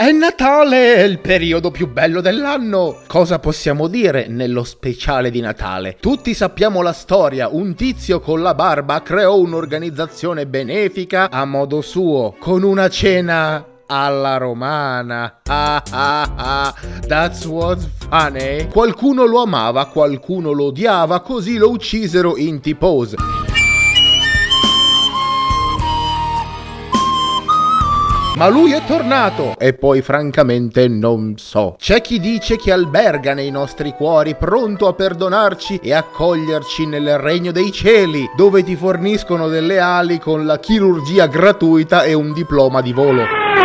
È Natale, è il periodo più bello dell'anno. Cosa possiamo dire nello speciale di Natale? Tutti sappiamo la storia. Un tizio con la barba creò un'organizzazione benefica a modo suo, con una cena alla romana. That's what's funny. Qualcuno lo amava, qualcuno lo odiava, così lo uccisero in T-pose. Ma lui è tornato, e poi francamente non so. C'è chi dice che alberga nei nostri cuori, pronto a perdonarci e accoglierci nel regno dei cieli, dove ti forniscono delle ali con la chirurgia gratuita e un diploma di volo.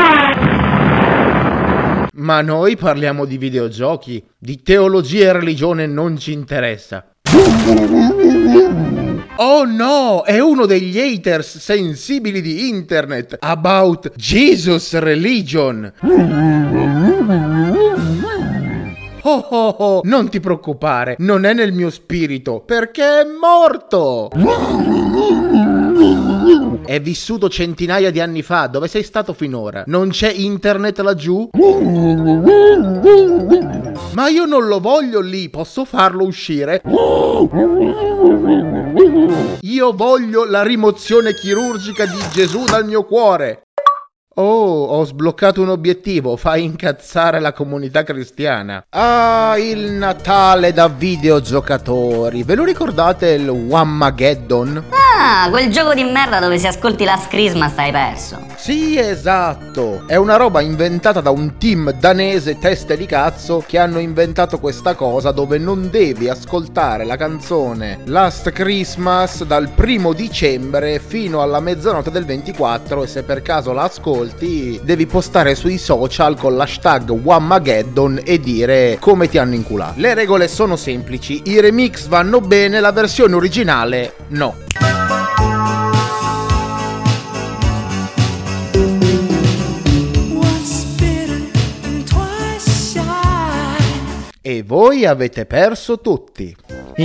Ma noi parliamo di videogiochi, di teologia e religione non ci interessa. Oh no, è uno degli haters sensibili di internet about Jesus religion. Oh, non ti preoccupare, non è nel mio spirito, perché è morto. È vissuto centinaia di anni fa, dove sei stato finora? Non c'è internet laggiù? Ma io non lo voglio lì, posso farlo uscire? Io voglio la rimozione chirurgica di Gesù dal mio cuore. Oh, ho sbloccato un obiettivo, fai incazzare la comunità cristiana. Ah, il Natale da videogiocatori. Ve lo ricordate il Whamageddon? Ah, quel gioco di merda dove se ascolti Last Christmas stai perso. Sì, esatto. È una roba inventata da un team danese teste di cazzo che hanno inventato questa cosa dove non devi ascoltare la canzone Last Christmas dal 1 dicembre fino alla mezzanotte del 24 e se per caso la ascolti devi postare sui social con l'hashtag Whamageddon e dire come ti hanno inculato. Le regole sono semplici, i remix vanno bene, la versione originale no. E voi avete perso tutti.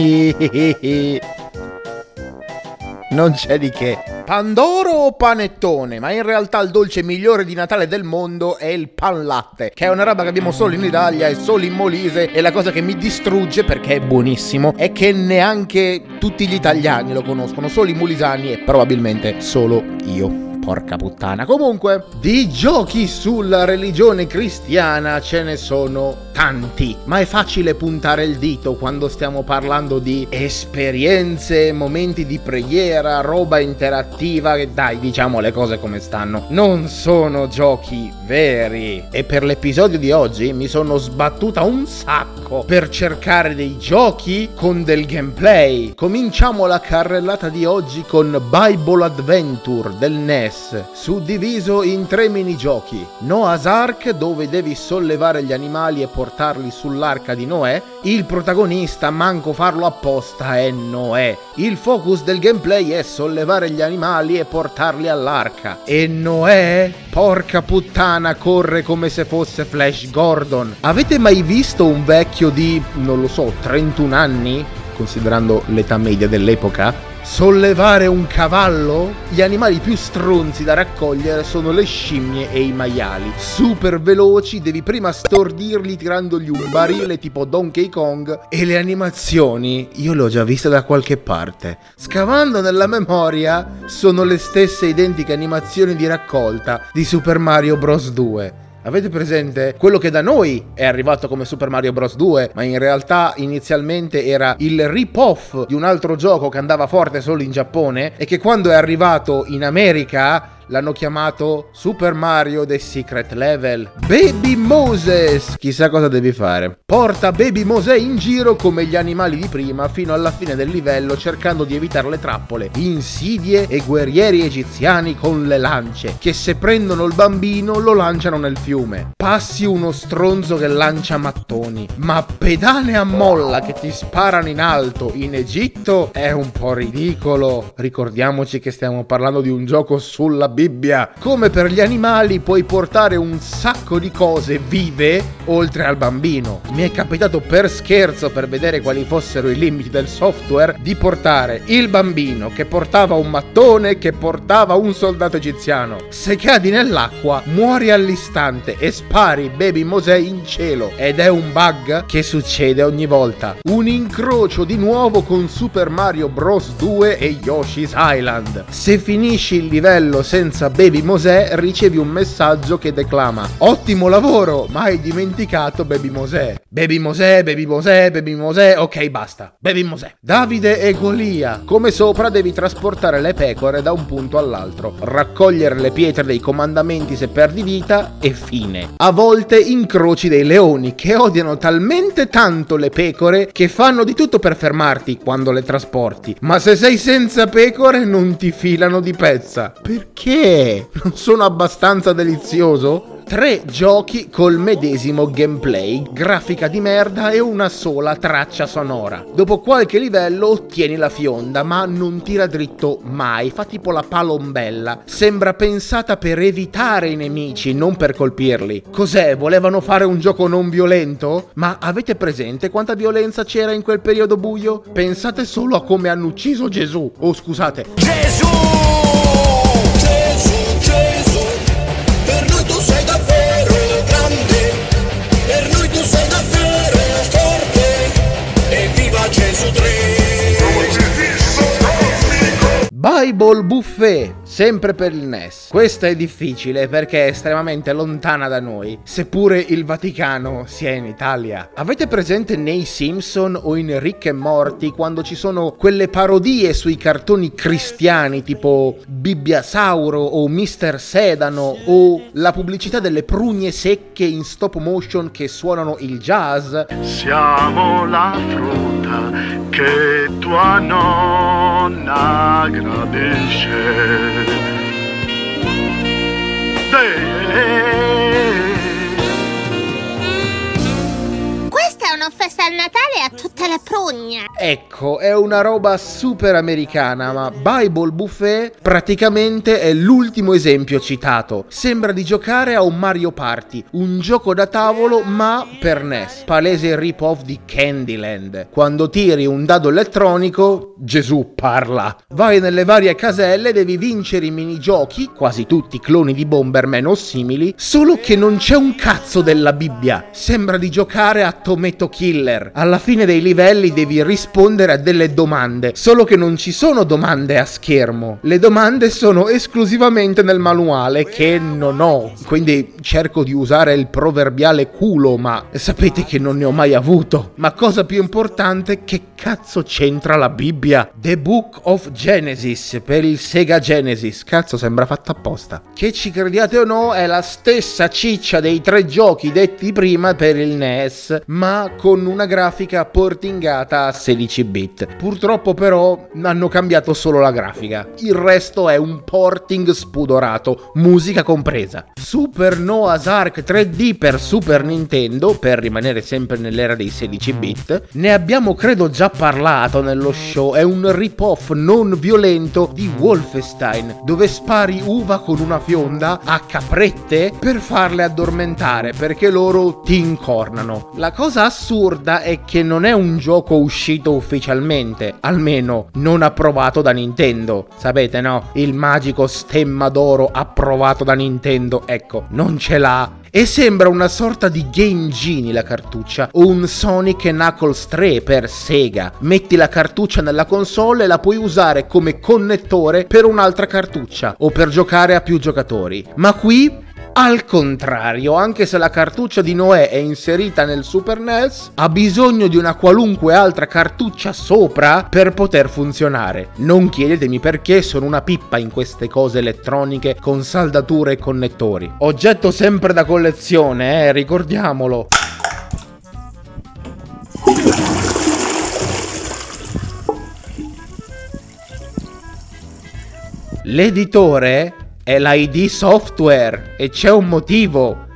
Non c'è di che. Pandoro o panettone? Ma in realtà il dolce migliore di Natale del mondo è il pan latte, che è una roba che abbiamo solo in Italia e solo in Molise, e la cosa che mi distrugge, perché è buonissimo, è che neanche tutti gli italiani lo conoscono, solo i molisani e probabilmente solo io. Porca puttana. Comunque, di giochi sulla religione cristiana ce ne sono tanti, ma è facile puntare il dito quando stiamo parlando di esperienze, momenti di preghiera, roba interattiva, che dai, diciamo le cose come stanno. Non sono giochi veri. E per l'episodio di oggi mi sono sbattuta un sacco per cercare dei giochi con del gameplay. Cominciamo la carrellata di oggi con Bible Adventure del NES, suddiviso in 3 minigiochi. Noah's Ark, dove devi sollevare gli animali e portarli sull'arca di Noè. Il protagonista, manco farlo apposta, è Noè. Il focus del gameplay è sollevare gli animali e portarli all'arca. E Noè, porca puttana, corre come se fosse Flash Gordon. Avete mai visto un vecchio di, non lo so, 31 anni, considerando l'età media dell'epoca, sollevare un cavallo? Gli animali più stronzi da raccogliere sono le scimmie e i maiali. Super veloci, devi prima stordirli tirandogli un barile tipo Donkey Kong, e le animazioni io le ho già viste da qualche parte. Scavando nella memoria, sono le stesse identiche animazioni di raccolta di Super Mario Bros. 2. Avete presente? Quello che da noi è arrivato come Super Mario Bros. 2, ma in realtà inizialmente era il rip-off di un altro gioco che andava forte solo in Giappone e che quando è arrivato in America l'hanno chiamato Super Mario The Secret Level. Baby Moses! Chissà cosa devi fare. Porta Baby Moses in giro come gli animali di prima fino alla fine del livello, cercando di evitare le trappole, insidie e guerrieri egiziani con le lance, che se prendono il bambino lo lanciano nel fiume. Passi uno stronzo che lancia mattoni, ma pedane a molla che ti sparano in alto in Egitto è un po' ridicolo. Ricordiamoci che stiamo parlando di un gioco sulla Bibbia. Come per gli animali puoi portare un sacco di cose vive oltre al bambino. Mi è capitato per scherzo, per vedere quali fossero i limiti del software, di portare il bambino che portava un mattone che portava un soldato egiziano. Se cadi nell'acqua muori all'istante e spari Baby Mosè in cielo, ed è un bug che succede ogni volta. Un incrocio di nuovo con Super Mario Bros 2 e Yoshi's Island. Se finisci il livello senza Baby Mosè ricevi un messaggio che declama: ottimo lavoro, ma hai dimenticato Baby Mosè. Baby Mosè, Baby Mosè, Baby Mosè, ok basta, Baby Mosè. Davide e Golia. Come sopra devi trasportare le pecore da un punto all'altro, raccogliere le pietre dei comandamenti se perdi vita e fine. A volte incroci dei leoni che odiano talmente tanto le pecore che fanno di tutto per fermarti quando le trasporti, ma se sei senza pecore non ti filano di pezza. Perché? Non sono abbastanza delizioso? 3 giochi col medesimo gameplay, grafica di merda e una sola traccia sonora. Dopo qualche livello ottieni la fionda, ma non tira dritto mai, fa tipo la palombella. Sembra pensata per evitare i nemici, non per colpirli. Cos'è? Volevano fare un gioco non violento? Ma avete presente quanta violenza c'era in quel periodo buio? Pensate solo a come hanno ucciso Gesù. Oh, scusate. Gesù! Gesù, Gesù, per noi tu sei davvero grande, per noi tu sei davvero forte, e viva Gesù 3! Bible Buffet, sempre per il NES. Questa è difficile perché è estremamente lontana da noi, seppure il Vaticano sia in Italia. Avete presente nei Simpson o in Rick e Morty quando ci sono quelle parodie sui cartoni cristiani tipo Bibbiasauro o Mr. Sedano, o la pubblicità delle prugne secche in stop motion che suonano il jazz? Siamo la frutta che tua nonna gradisce. Questa è una festa al Natale a tutte le prugne. Ecco, è una roba super americana, ma Bible Buffet praticamente è l'ultimo esempio citato. Sembra di giocare a un Mario Party, un gioco da tavolo ma per NES. Palese rip-off di Candyland. Quando tiri un dado elettronico, Gesù parla. Vai nelle varie caselle, devi vincere i minigiochi, quasi tutti cloni di Bomberman o simili, solo che non c'è un cazzo della Bibbia. Sembra di giocare a Tomato Killer. Alla fine dei livelli devi rispondere a delle domande, solo che non ci sono domande a schermo. Le domande sono esclusivamente nel manuale, che non ho, quindi cerco di usare il proverbiale culo, ma sapete che non ne ho mai avuto. Ma cosa più importante, che cazzo c'entra la Bibbia? The Book of Genesis per il Sega Genesis. Cazzo, sembra fatta apposta. Che ci crediate o no, è la stessa ciccia dei 3 giochi detti prima per il NES, ma con una grafica portingata a 16 bit. Purtroppo però hanno cambiato solo la grafica. Il resto è un porting spudorato, musica compresa. Super Noah's Ark 3D per Super Nintendo, per rimanere sempre nell'era dei 16 bit. Ne abbiamo credo già parlato nello show, è un rip-off non violento di Wolfenstein, dove spari uva con una fionda a caprette per farle addormentare, perché loro ti incornano. La cosa assurda è che non è un gioco uscito ufficialmente, almeno non approvato da Nintendo. Sapete, no? Il magico stemma d'oro approvato da Nintendo, ecco, non ce l'ha. E sembra una sorta di Game Genie la cartuccia, o un Sonic e Knuckles 3 per Sega. Metti la cartuccia nella console e la puoi usare come connettore per un'altra cartuccia, o per giocare a più giocatori. Ma qui al contrario, anche se la cartuccia di Noè è inserita nel Super NES, ha bisogno di una qualunque altra cartuccia sopra per poter funzionare. Non chiedetemi perché, sono una pippa in queste cose elettroniche con saldature e connettori. Oggetto sempre da collezione, ricordiamolo. L'editore è la ID Software e c'è un motivo.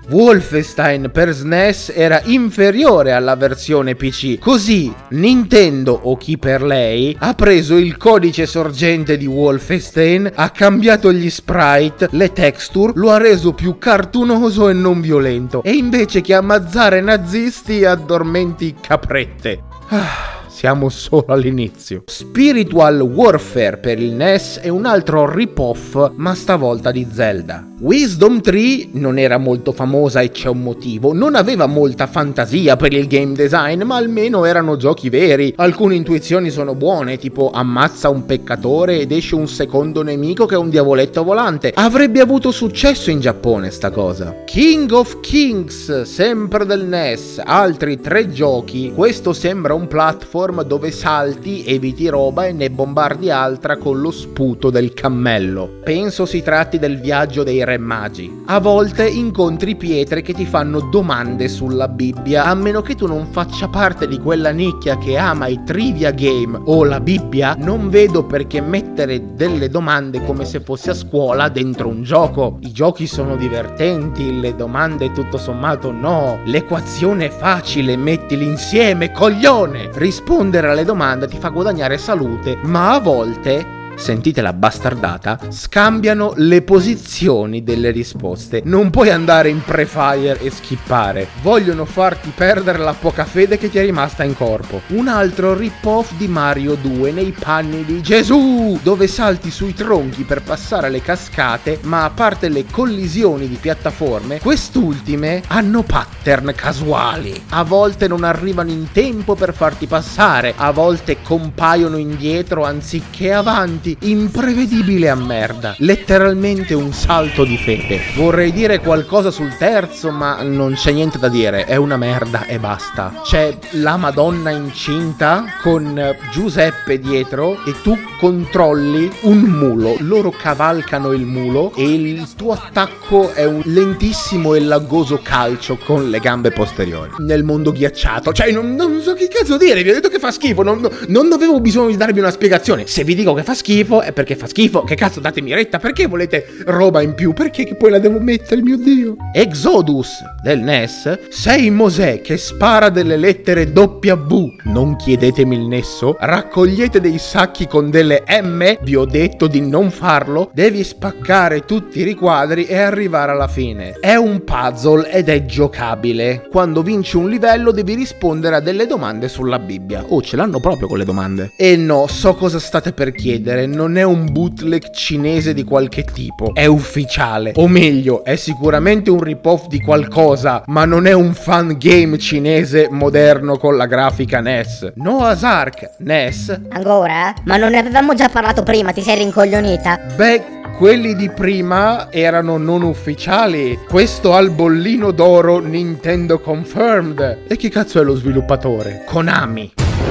Wolfenstein per SNES era inferiore alla versione PC. Così Nintendo, o chi per lei, ha preso il codice sorgente di Wolfenstein, ha cambiato gli sprite, le texture, lo ha reso più cartunoso e non violento, e invece che ammazzare nazisti addormenti caprette. Siamo solo all'inizio. Spiritual Warfare per il NES è un altro rip-off, ma stavolta di Zelda. Wisdom Tree non era molto famosa e c'è un motivo. Non aveva molta fantasia per il game design, ma almeno erano giochi veri. Alcune intuizioni sono buone, tipo ammazza un peccatore ed esce un secondo nemico che è un diavoletto volante. Avrebbe avuto successo in Giappone sta cosa. King of Kings, sempre del NES, altri 3 giochi. Questo sembra un platform dove salti, eviti roba e ne bombardi altra con lo sputo del cammello. Penso si tratti del viaggio dei re magi. A volte incontri pietre che ti fanno domande sulla Bibbia, a meno che tu non faccia parte di quella nicchia che ama i trivia game o la Bibbia. Non vedo perché mettere delle domande come se fosse a scuola dentro un gioco. I giochi sono divertenti, le domande tutto sommato no. L'equazione è facile, mettili insieme, coglione! Rispondere alle domande ti fa guadagnare salute, ma a volte, sentite la bastardata, scambiano le posizioni delle risposte. Non puoi andare in pre-fire e skippare. Vogliono farti perdere la poca fede che ti è rimasta in corpo. Un altro rip-off di Mario 2 nei panni di Gesù, dove salti sui tronchi per passare le cascate, ma a parte le collisioni di piattaforme, quest'ultime hanno pattern casuali. A volte non arrivano in tempo per farti passare, a volte compaiono indietro anziché avanti. Imprevedibile a merda, letteralmente un salto di fede. Vorrei dire qualcosa sul terzo, ma non c'è niente da dire, è una merda e basta. C'è la Madonna incinta con Giuseppe dietro e tu controlli un mulo, loro cavalcano il mulo e il tuo attacco è un lentissimo e laggoso calcio con le gambe posteriori nel mondo ghiacciato. Cioè non so che cazzo dire, vi ho detto che fa schifo, non avevo bisogno di darvi una spiegazione. Se vi dico che fa schifo è perché fa schifo. Che cazzo, datemi retta, perché volete roba in più? Perché che poi la devo mettere, mio Dio? Exodus del NES, sei Mosè che spara delle lettere W. Non chiedetemi il nesso. Raccogliete dei sacchi con delle M, vi ho detto di non farlo. Devi spaccare tutti i riquadri e arrivare alla fine. È un puzzle ed è giocabile. Quando vinci un livello devi rispondere a delle domande sulla Bibbia. Oh, ce l'hanno proprio con le domande. E no, so cosa state per chiedere. Non è un bootleg cinese di qualche tipo, è ufficiale, o meglio, è sicuramente un rip-off di qualcosa, ma non è un fan game cinese moderno con la grafica NES. Noah's Ark NES. Ancora? Ma non ne avevamo già parlato prima, ti sei rincoglionita? Beh, quelli di prima erano non ufficiali. Questo ha il bollino d'oro Nintendo confirmed. E chi cazzo è lo sviluppatore? Konami.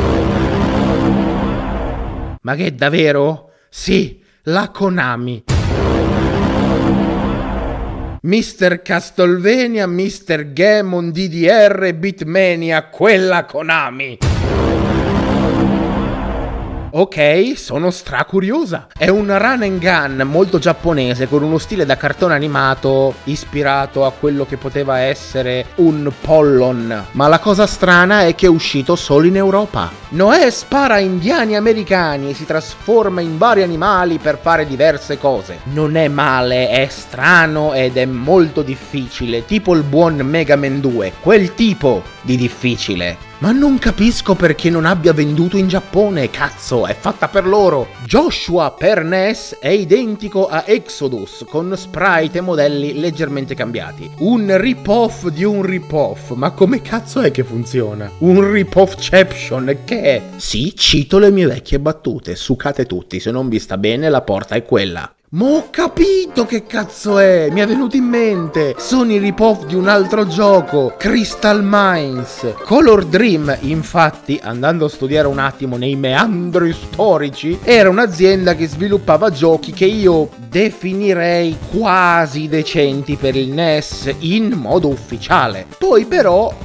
Ma che davvero? Sì, la Konami. Mr. Castlevania, Mr. Gammon, DDR, Beatmania, quella Konami. Ok, sono stracuriosa. È un run and gun molto giapponese con uno stile da cartone animato ispirato a quello che poteva essere un Pollon. Ma la cosa strana è che è uscito solo in Europa. Noè spara a indiani americani e si trasforma in vari animali per fare diverse cose. Non è male, è strano ed è molto difficile, tipo il buon Mega Man 2, quel tipo di difficile. Ma non capisco perché non abbia venduto in Giappone, cazzo, è fatta per loro. Joshua per NES è identico a Exodus, con sprite e modelli leggermente cambiati. Un rip-off di un rip-off, ma come cazzo è che funziona? Un rip-offception, che è? Sì, cito le mie vecchie battute, sucate tutti, se non vi sta bene la porta è quella. Ma ho capito che cazzo è, mi è venuto in mente. Sono i rip-off di un altro gioco, Crystal Mines. Color Dream, infatti, andando a studiare un attimo nei meandri storici, era un'azienda che sviluppava giochi che io definirei quasi decenti per il NES in modo ufficiale. Poi però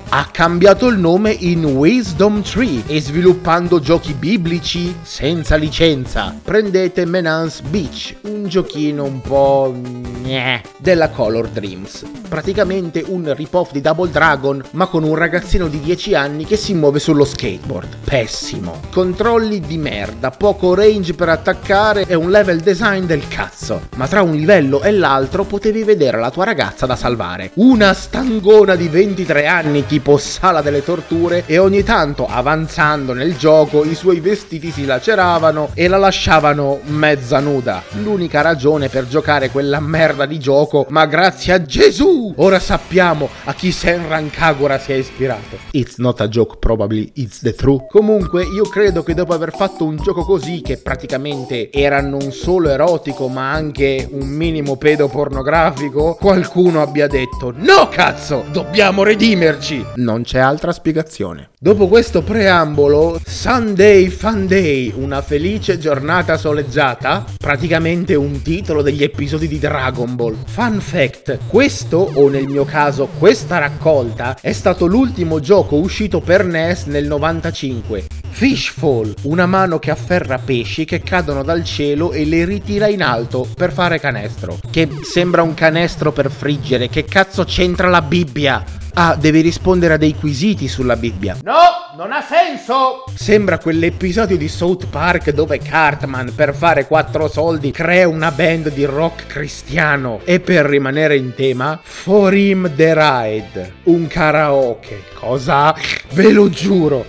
ha cambiato il nome in Wisdom Tree e sviluppando giochi biblici senza licenza. Prendete Menace Beach, un giochino un po' della Color Dreams, praticamente un rip-off di Double Dragon ma con un ragazzino di 10 anni che si muove sullo skateboard. Pessimo, controlli di merda, poco range per attaccare e un level design del cazzo, ma tra un livello e l'altro potevi vedere la tua ragazza da salvare, una stangona di 23 anni tipo Sala delle Torture, e ogni tanto avanzando nel gioco i suoi vestiti si laceravano e la lasciavano mezza nuda. L'unica ragione per giocare quella merda di gioco, ma grazie a Gesù ora sappiamo a chi Senran Kagura si è ispirato. It's not a joke, probably it's the truth. Comunque io credo che dopo aver fatto un gioco così, che praticamente era non solo erotico ma anche un minimo pedopornografico, qualcuno abbia detto: no cazzo, dobbiamo redimerci. Non c'è altra spiegazione. Dopo questo preambolo, Sunday Fun Day, una felice giornata soleggiata, praticamente un titolo degli episodi di Dragon Ball. Fun fact, questo, o nel mio caso questa raccolta, è stato l'ultimo gioco uscito per NES nel 95. Fishfall, una mano che afferra pesci che cadono dal cielo e le ritira in alto per fare canestro. Che sembra un canestro per friggere, che cazzo c'entra la Bibbia? Ah, devi rispondere a dei quesiti sulla Bibbia. No, non ha senso! Sembra quell'episodio di South Park dove Cartman, per fare 4 soldi, crea una band di rock cristiano. E per rimanere in tema, For Him the Ride, un karaoke. Cosa? Ve lo giuro,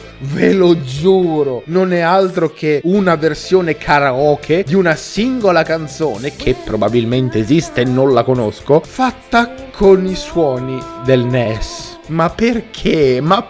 non è altro che una versione karaoke di una singola canzone che probabilmente esiste e non la conosco, fatta con i suoni del NES. Ma perché? Ma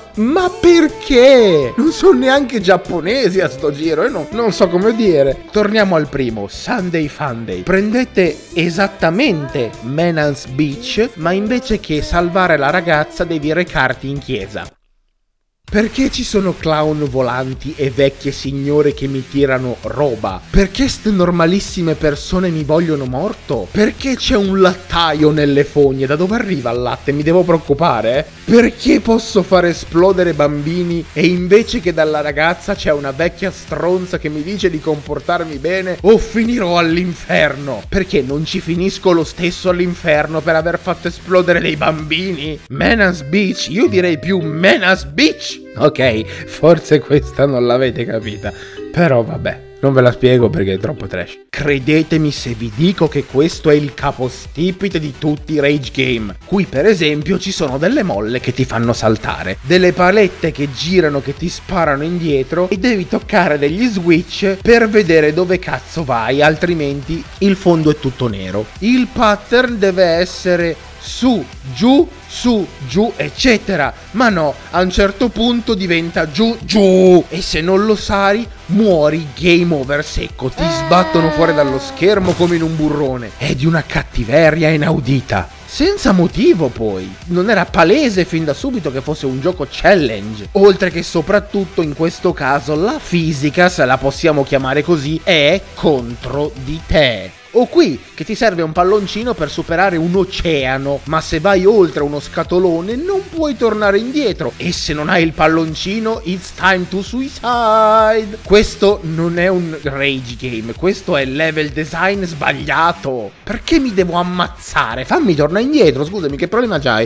perché? Non sono neanche giapponesi a sto giro, e non so come dire. Torniamo al primo, Sunday Fun Day. Prendete esattamente Menace Beach, ma invece che salvare la ragazza devi recarti in chiesa. Perché ci sono clown volanti e vecchie signore che mi tirano roba? Perché ste normalissime persone mi vogliono morto? Perché c'è un lattaio nelle fogne? Da dove arriva il latte? Mi devo preoccupare? Perché posso far esplodere bambini e invece che dalla ragazza c'è una vecchia stronza che mi dice di comportarmi bene o finirò all'inferno? Perché non ci finisco lo stesso all'inferno per aver fatto esplodere dei bambini? Menace Beach, io direi più Menace Beach! Ok, forse questa non l'avete capita, però vabbè, non ve la spiego perché è troppo trash. Credetemi se vi dico che questo è il capostipite di tutti i rage game. Qui per esempio ci sono delle molle che ti fanno saltare, delle palette che girano che ti sparano indietro e devi toccare degli switch per vedere dove cazzo vai, altrimenti il fondo è tutto nero. Il pattern deve essere su, giù, eccetera. Ma no, a un certo punto diventa giù, e se non lo sai, muori, game over secco. Ti sbattono fuori dallo schermo come in un burrone. È di una cattiveria inaudita. Senza motivo poi. Non era palese fin da subito che fosse un gioco challenge. Oltre che soprattutto in questo caso la fisica, se la possiamo chiamare così, è contro di te. O qui, che ti serve un palloncino per superare un oceano, ma se vai oltre uno scatolone non puoi tornare indietro, e se non hai il palloncino, it's time to suicide. Questo non è un rage game, questo è level design sbagliato. Perché mi devo ammazzare? Fammi tornare indietro, scusami, che problema c'hai?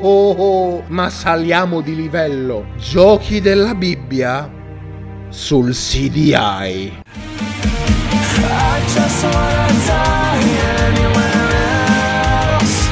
Ma saliamo di livello. Giochi della Bibbia sul CDI. I just wanna die anywhere else.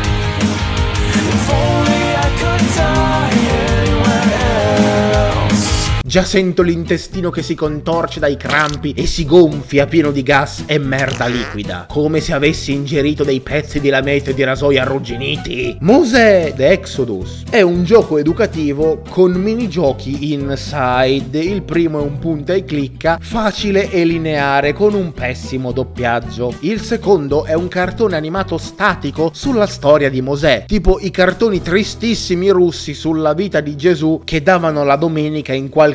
If only I could die anywhere else. Già sento l'intestino che si contorce dai crampi e si gonfia pieno di gas e merda liquida, come se avessi ingerito dei pezzi di lamete di rasoio arrugginiti. Mosè The Exodus è un gioco educativo con minigiochi inside. Il primo è un punta e clicca, facile e lineare, con un pessimo doppiaggio. Il secondo è un cartone animato statico sulla storia di Mosè, tipo i cartoni tristissimi russi sulla vita di Gesù che davano la domenica in qualche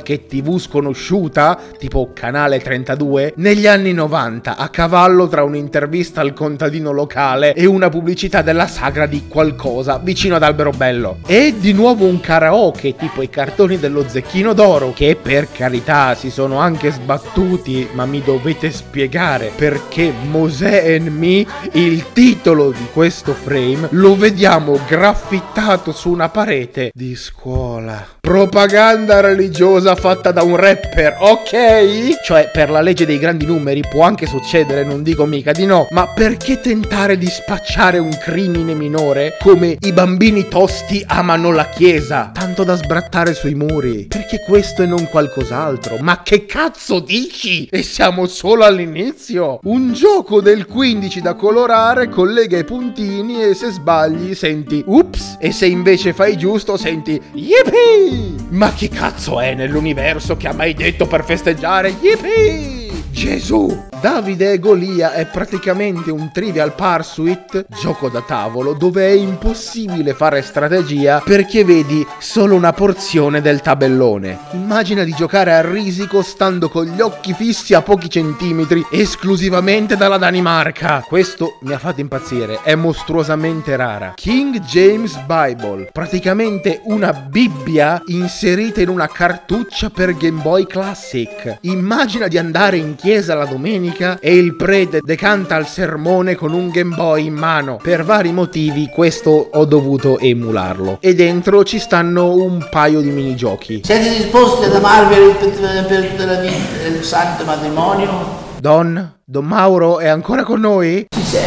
qualche TV sconosciuta, tipo Canale 32, negli anni 90, a cavallo tra un'intervista al contadino locale e una pubblicità della sagra di qualcosa vicino ad Alberobello. E di nuovo un karaoke, tipo i cartoni dello Zecchino d'Oro, che per carità si sono anche sbattuti, ma mi dovete spiegare perché Mosè and Me, il titolo di questo frame, lo vediamo graffittato su una parete di scuola. Propaganda religiosa fatta da un rapper, ok? Cioè, per la legge dei grandi numeri può anche succedere, non dico mica di no, ma perché tentare di spacciare un crimine minore come i bambini tosti amano la chiesa, tanto da sbrattare sui muri? Perché questo e non qualcos'altro? Ma che cazzo dici? E siamo solo all'inizio. Un gioco del 15 da colorare, collega i puntini e se sbagli senti ups, e se invece fai giusto senti yippee. Ma che cazzo è nell'universo che ha mai detto per festeggiare yippee? Gesù! Davide e Golia è praticamente un Trivial Pursuit, gioco da tavolo, dove è impossibile fare strategia perché vedi solo una porzione del tabellone. Immagina di giocare a risico stando con gli occhi fissi a pochi centimetri, esclusivamente dalla Danimarca. Questo mi ha fatto impazzire, è mostruosamente rara. King James Bible, praticamente una Bibbia inserita in una cartuccia per Game Boy Classic. Immagina di andare in chiesa la domenica e il prete decanta il sermone con un Game Boy in mano. Per vari motivi questo ho dovuto emularlo. E dentro ci stanno un paio di minigiochi. Siete disposti ad amarvi per il santo matrimonio? Don Mauro è ancora con noi?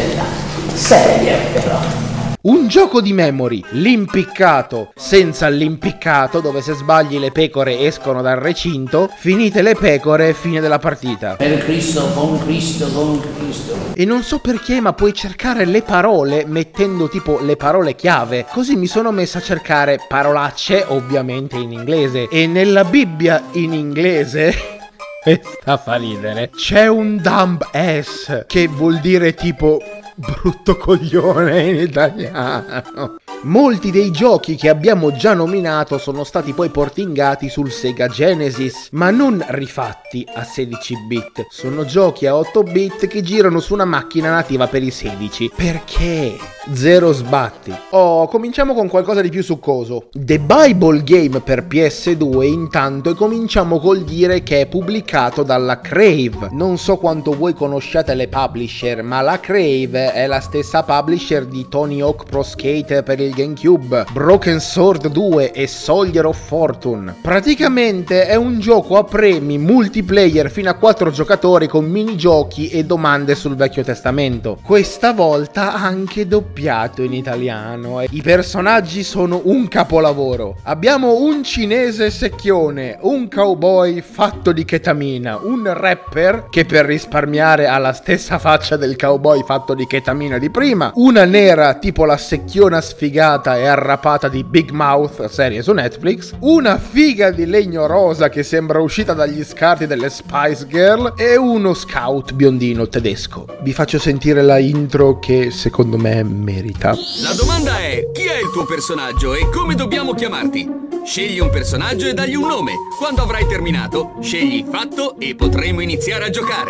Seria però. Un gioco di memory, l'impiccato, senza l'impiccato, dove se sbagli le pecore escono dal recinto, finite le pecore, fine della partita. Per Cristo, con Cristo, con Cristo. E non so perché, ma puoi cercare le parole mettendo tipo le parole chiave. Così mi sono messa a cercare parolacce, ovviamente in inglese. E nella Bibbia in inglese... questa fa ridere. C'è un dumb ass, che vuol dire tipo... brutto coglione in italiano. Molti dei giochi che abbiamo già nominato sono stati poi portingati sul Sega Genesis, ma non rifatti a 16 bit. Sono giochi a 8 bit che girano su una macchina nativa per i 16. Perché? Zero sbatti. Cominciamo con qualcosa di più succoso. The Bible Game per PS2 intanto, e cominciamo col dire che è pubblicato dalla Crave. Non so quanto voi conosciate le publisher, ma la Crave è la stessa publisher di Tony Hawk Pro Skate per il GameCube, Broken Sword 2 e Soldier of Fortune. Praticamente è un gioco a premi multiplayer fino a 4 giocatori con minigiochi e domande sul Vecchio Testamento. Questa volta anche doppiato in italiano. I personaggi sono un capolavoro. Abbiamo un cinese secchione, un cowboy fatto di chetamina, un rapper che per risparmiare ha la stessa faccia del cowboy fatto di chetamina di prima, una nera tipo la secchiona sfigata e arrapata di Big Mouth, serie su Netflix, una figa di legno rosa che sembra uscita dagli scarti delle Spice Girl e uno scout biondino tedesco. Vi faccio sentire la intro che secondo me merita. La domanda è: chi è il tuo personaggio e come dobbiamo chiamarti? Scegli un personaggio e dagli un nome. Quando avrai terminato, scegli il fatto e potremo iniziare a giocare.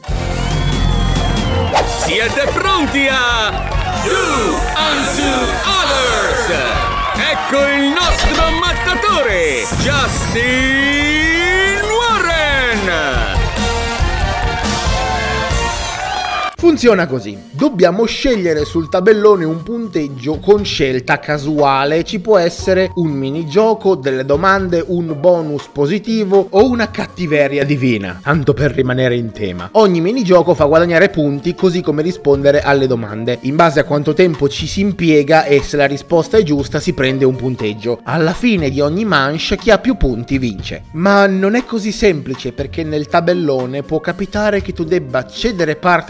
Siete pronti a Do Unto Others? Ecco il nostro mattatore, Justin Warren! Funziona così: dobbiamo scegliere sul tabellone un punteggio con scelta casuale. Ci può essere un minigioco, delle domande, un bonus positivo o una cattiveria divina, tanto per rimanere in tema. Ogni minigioco fa guadagnare punti, così come rispondere alle domande. In base a quanto tempo ci si impiega e se la risposta è giusta si prende un punteggio. Alla fine di ogni manche chi ha più punti vince. Ma non è così semplice, perché nel tabellone può capitare che tu debba cedere parte dei tuoi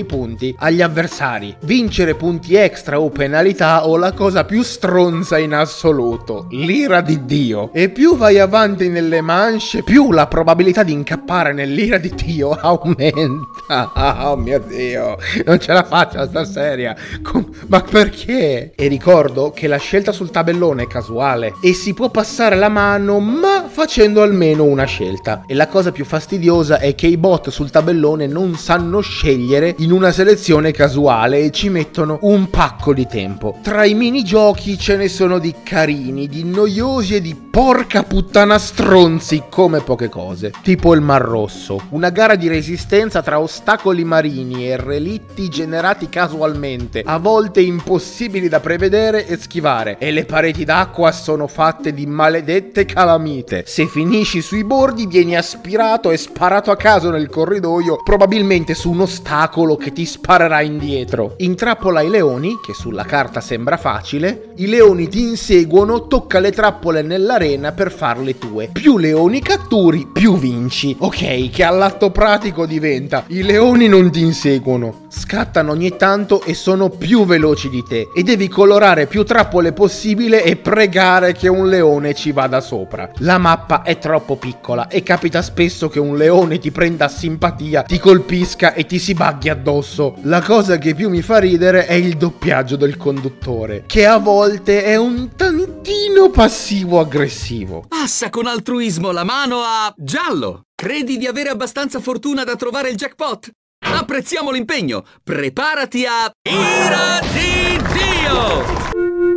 punti agli avversari. Vincere punti extra o penalità o la cosa più stronza in assoluto, l'ira di Dio. E più vai avanti nelle manche, più la probabilità di incappare nell'ira di Dio aumenta. Oh mio Dio, non ce la faccio stasera. Ma perché? E ricordo che la scelta sul tabellone è casuale e si può passare la mano, ma facendo almeno una scelta. E la cosa più fastidiosa è che i bot sul tabellone non sanno scegliere in una selezione casuale e ci mettono un pacco di tempo. Tra i minigiochi ce ne sono di carini, di noiosi e di porca puttana stronzi come poche cose. Tipo il Mar Rosso, una gara di resistenza tra ostacoli marini e relitti generati casualmente, a volte impossibili da prevedere e schivare, e le pareti d'acqua sono fatte di maledette calamite. Se finisci sui bordi vieni aspirato e sparato a caso nel corridoio, probabilmente su un ostacolo che ti sparerà indietro. Intrappola i leoni, che sulla carta sembra facile, i leoni ti inseguono, tocca le trappole nell'arena per farle tue. Più leoni catturi, più vinci. Ok, che all'atto pratico diventa: i leoni non ti inseguono, scattano ogni tanto e sono più veloci di te e devi colorare più trappole possibile e pregare che un leone ci vada sopra. La mappa è troppo piccola e capita spesso che un leone ti prenda simpatia, ti colpisca e ti si baghi addosso. La cosa che più mi fa ridere è il doppiaggio del conduttore, che a volte è un tantino passivo-aggressivo. Passa con altruismo la mano a giallo. Credi di avere abbastanza fortuna da trovare il jackpot? Apprezziamo l'impegno. Preparati a ira di Dio!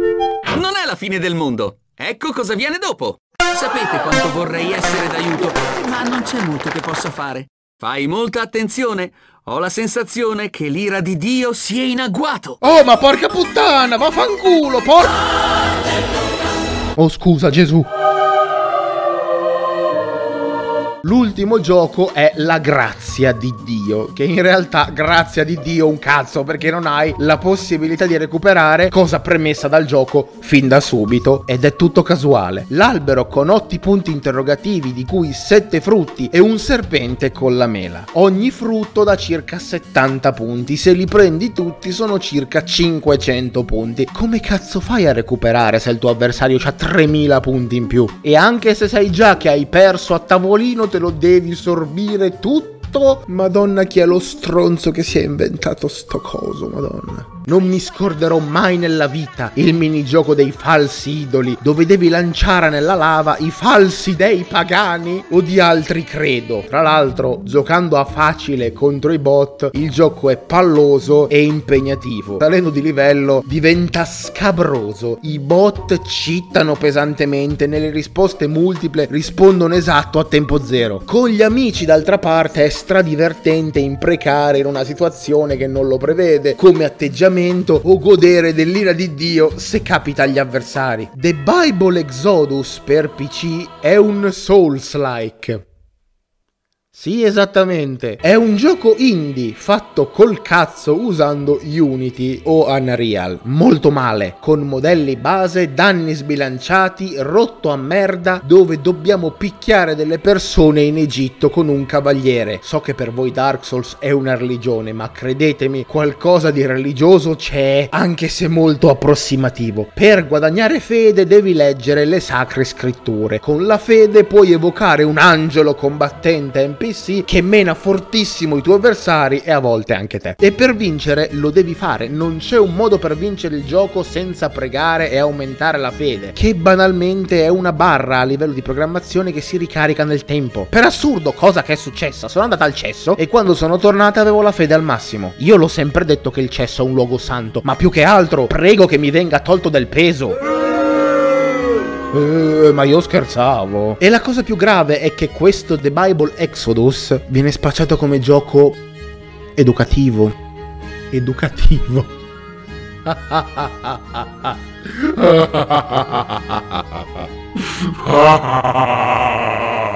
Non è la fine del mondo. Ecco cosa viene dopo. Sapete quanto vorrei essere d'aiuto, ma non c'è molto che possa fare. Fai molta attenzione. Ho la sensazione che l'ira di Dio sia in agguato. Oh, ma porca puttana, vaffanculo, Oh, scusa, Gesù. L'ultimo gioco è la grazia di Dio, che in realtà grazia di Dio un cazzo, perché non hai la possibilità di recuperare, cosa premessa dal gioco fin da subito, ed è tutto casuale. L'albero con 8 punti interrogativi, di cui 7 frutti e un serpente con la mela. Ogni frutto da circa 70 punti, se li prendi tutti sono circa 500 punti. Come cazzo fai a recuperare se il tuo avversario ha 3000 punti in più? E anche se sai già che hai perso a tavolino, te lo devi sorbire tutto? Madonna, chi è lo stronzo che si è inventato sto coso, madonna. Non mi scorderò mai nella vita il minigioco dei falsi idoli, dove devi lanciare nella lava i falsi dei pagani o di altri credo. Tra l'altro, giocando a facile contro i bot, il gioco è palloso e impegnativo. Salendo di livello diventa scabroso. I bot cheatano pesantemente, nelle risposte multiple rispondono esatto a tempo zero. Con gli amici, d'altra parte, è stradivertente imprecare in una situazione che non lo prevede, come atteggiamento o godere dell'ira di Dio se capita agli avversari. The Bible Exodus per PC è un Souls-like. Sì, esattamente. È un gioco indie fatto col cazzo usando Unity o Unreal. Molto male, con modelli base, danni sbilanciati, rotto a merda, dove dobbiamo picchiare delle persone in Egitto con un cavaliere. So che per voi Dark Souls è una religione, ma credetemi, qualcosa di religioso c'è, anche se molto approssimativo. Per guadagnare fede devi leggere le sacre scritture. Con la fede puoi evocare un angelo combattente NPC che mena fortissimo i tuoi avversari e a volte anche te. E per vincere lo devi fare, non c'è un modo per vincere il gioco senza pregare e aumentare la fede, che banalmente è una barra a livello di programmazione che si ricarica nel tempo. Per assurdo, cosa che è successa, sono andata al cesso e quando sono tornata avevo la fede al massimo. Io l'ho sempre detto che il cesso è un luogo santo, ma più che altro prego che mi venga tolto del peso. Ma io scherzavo. E la cosa più grave è che questo The Bible Exodus viene spacciato come gioco educativo. Educativo.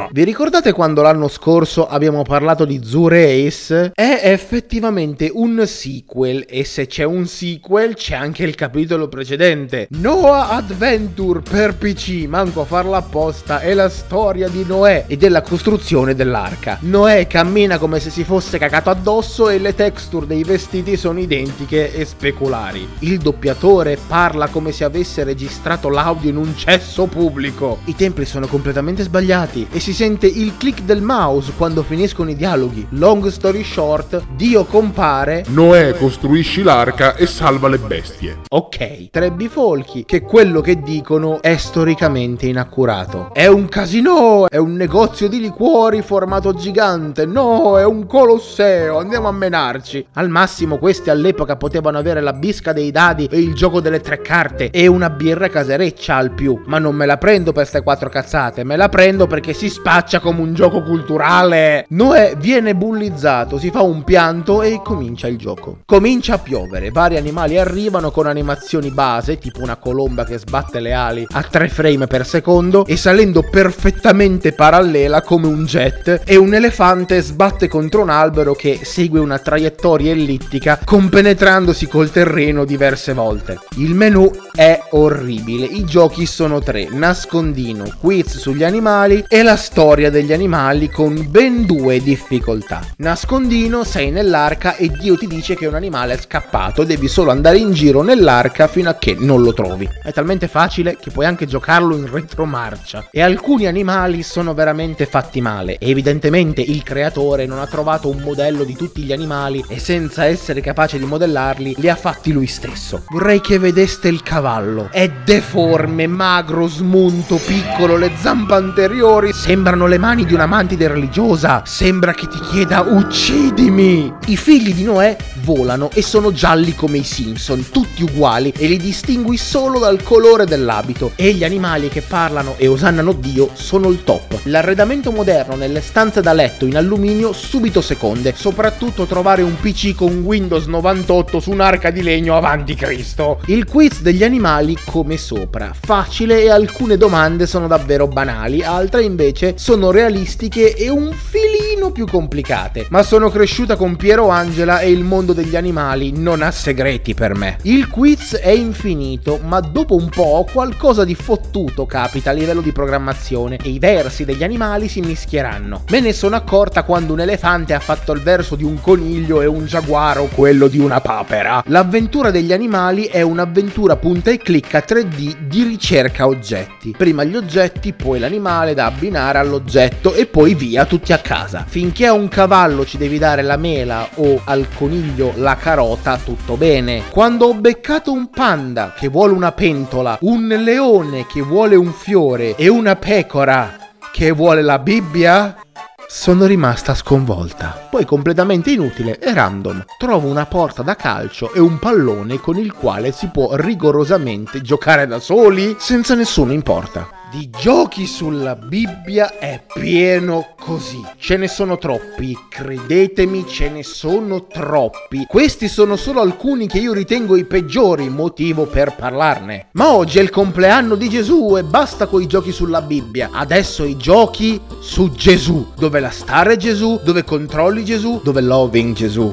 Vi ricordate quando l'anno scorso abbiamo parlato di Zoo Race? È effettivamente un sequel, e se c'è un sequel c'è anche il capitolo precedente. Noah Adventure per PC, manco a farla apposta, è la storia di Noè e della costruzione dell'arca. Noè cammina come se si fosse cagato addosso e le texture dei vestiti sono identiche e speculari. Il doppiatore parla come se avesse registrato l'audio in un cesso pubblico. I tempi sono completamente sbagliati e si sente il click del mouse quando finiscono i dialoghi. Long story short, Dio compare, Noè costruisci l'arca e salva le bestie. ok, 3 bifolchi, che quello che dicono è storicamente inaccurato. È un casino, è un negozio di liquori formato gigante, no, è un colosseo, andiamo a menarci. Al massimo questi all'epoca potevano avere la bisca dei dadi e il gioco delle 3 carte e una birra casereccia al più, ma non me la prendo per ste 4 cazzate, me la prendo perché si spaccia come un gioco culturale. Noè viene bullizzato, si fa un pianto e comincia il gioco. Comincia a piovere, vari animali arrivano con animazioni base, tipo una colomba che sbatte le ali a 3 frame per secondo e salendo perfettamente parallela come un jet, e un elefante sbatte contro un albero che segue una traiettoria ellittica compenetrandosi col terreno diverse volte. Il menu è orribile, i giochi sono 3: nascondino, quiz sugli animali e la storia degli animali con ben 2 difficoltà. Nascondino, sei nell'arca e Dio ti dice che un animale è scappato, devi solo andare in giro nell'arca fino a che non lo trovi. È talmente facile che puoi anche giocarlo in retromarcia, e alcuni animali sono veramente fatti male. Evidentemente il creatore non ha trovato un modello di tutti gli animali e senza essere capace di modellarli li ha fatti lui stesso. Vorrei che vedeste il cavallo, è deforme, magro, smunto, piccolo, le zampe anteriori sembrano le mani di una mantide religiosa, sembra che ti chieda uccidimi. I figli di Noè volano e sono gialli come i Simpson, tutti uguali, e li distingui solo dal colore dell'abito, e gli animali che parlano e osannano Dio sono il top. L'arredamento moderno nelle stanze da letto in alluminio subito seconde, soprattutto trovare un PC con Windows 98 su un'arca di legno avanti Cristo. Il quiz degli animali come sopra, facile e alcune domande sono davvero banali, altre invece sono realistiche e un filino più complicate. Ma sono cresciuta con Piero Angela e il mondo degli animali non ha segreti per me. Il quiz è infinito, ma dopo un po' qualcosa di fottuto capita a livello di programmazione e i versi degli animali si mischieranno. Me ne sono accorta quando un elefante ha fatto il verso di un coniglio e un giaguaro quello di una papera. L'avventura degli animali è un'avventura punta e clicca 3D di ricerca oggetti. Prima gli oggetti, poi l'animale da abbinare all'oggetto e poi via tutti a casa. Finché a un cavallo ci devi dare la mela o al coniglio la carota, tutto bene. Quando ho beccato un panda che vuole una pentola, un leone che vuole un fiore e una pecora che vuole la Bibbia, sono rimasta sconvolta. Poi completamente inutile e random. Trovo una porta da calcio e un pallone con il quale si può rigorosamente giocare da soli senza nessuno in porta. Di giochi sulla Bibbia è pieno così. Ce ne sono troppi, credetemi, ce ne sono troppi. Questi sono solo alcuni che io ritengo i peggiori, motivo per parlarne. Ma oggi è il compleanno di Gesù e basta coi giochi sulla Bibbia. Adesso i giochi su Gesù, dove la star è Gesù, dove controlli Gesù, dove loving Gesù.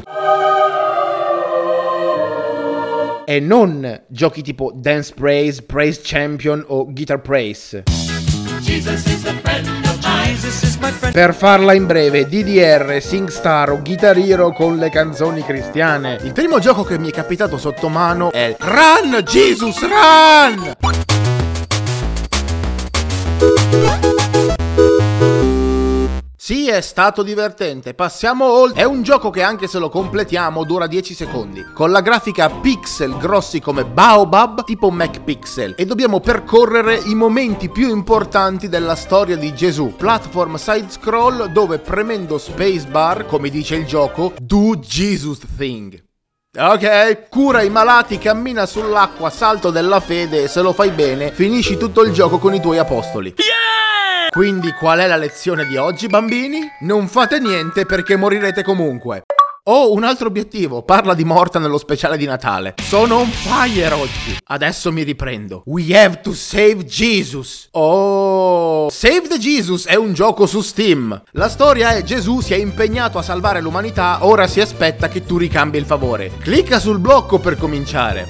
E non giochi tipo Dance Praise, Praise Champion o Guitar Praise. Per farla in breve, DDR, SingStar o Guitar Hero con le canzoni cristiane. Il primo gioco che mi è capitato sotto mano è Run Jesus Run! Sì, è stato divertente, passiamo oltre. È un gioco che anche se lo completiamo dura 10 secondi, con la grafica pixel grossi come Baobab, tipo MacPixel, e dobbiamo percorrere i momenti più importanti della storia di Gesù. Platform side scroll dove premendo spacebar, come dice il gioco, do Jesus thing. Ok, cura i malati, cammina sull'acqua, salto della fede, e se lo fai bene finisci tutto il gioco con i tuoi apostoli. Quindi qual è la lezione di oggi, bambini? Non fate niente perché morirete comunque. Oh, un altro obiettivo, parla di Morta nello speciale di Natale. Sono on fire oggi. Adesso mi riprendo. We have to save Jesus. Oh, Save the Jesus è un gioco su Steam. La storia è: Gesù si è impegnato a salvare l'umanità, ora si aspetta che tu ricambi il favore. Clicca sul blocco per cominciare.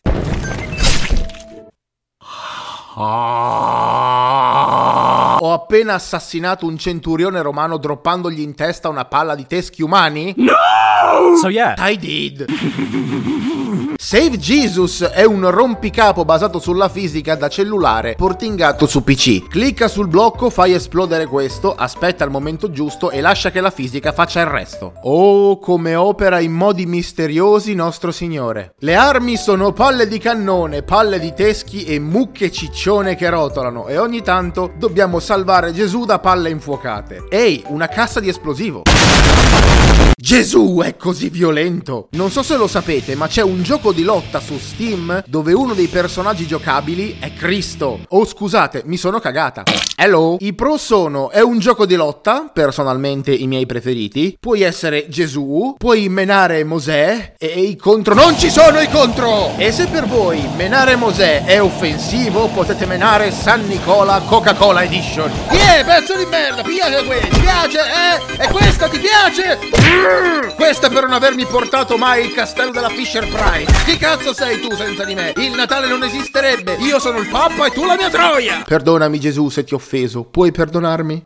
Ho appena assassinato un centurione romano droppandogli in testa una palla di teschi umani? No! So yeah. I did. Save Jesus è un rompicapo basato sulla fisica da cellulare portingato su PC. Clicca sul blocco, fai esplodere questo, aspetta il momento giusto e lascia che la fisica faccia il resto. Oh, come opera in modi misteriosi nostro Signore. Le armi sono palle di cannone, palle di teschi e mucche ciccione che rotolano, e ogni tanto dobbiamo salvare Gesù da palle infuocate. Ehi, una cassa di esplosivo. Gesù è così violento. Non so se lo sapete, ma c'è un gioco di lotta su Steam dove uno dei personaggi giocabili è Cristo. Oh, scusate, mi sono cagata. Hello. I pro sono: è un gioco di lotta, personalmente i miei preferiti. Puoi essere Gesù, puoi menare Mosè, e i contro non ci sono i contro. E se per voi menare Mosè è offensivo, potete menare San Nicola Coca-Cola Edition. Pezzo di merda, piace questo, ti piace, E questa ti piace? Questa per non avermi portato mai il castello della Fisher Price. Chi cazzo sei tu senza di me? Il Natale non esisterebbe. Io sono il Papa e tu la mia Troia. Perdonami Gesù se ti ho offeso. Puoi perdonarmi?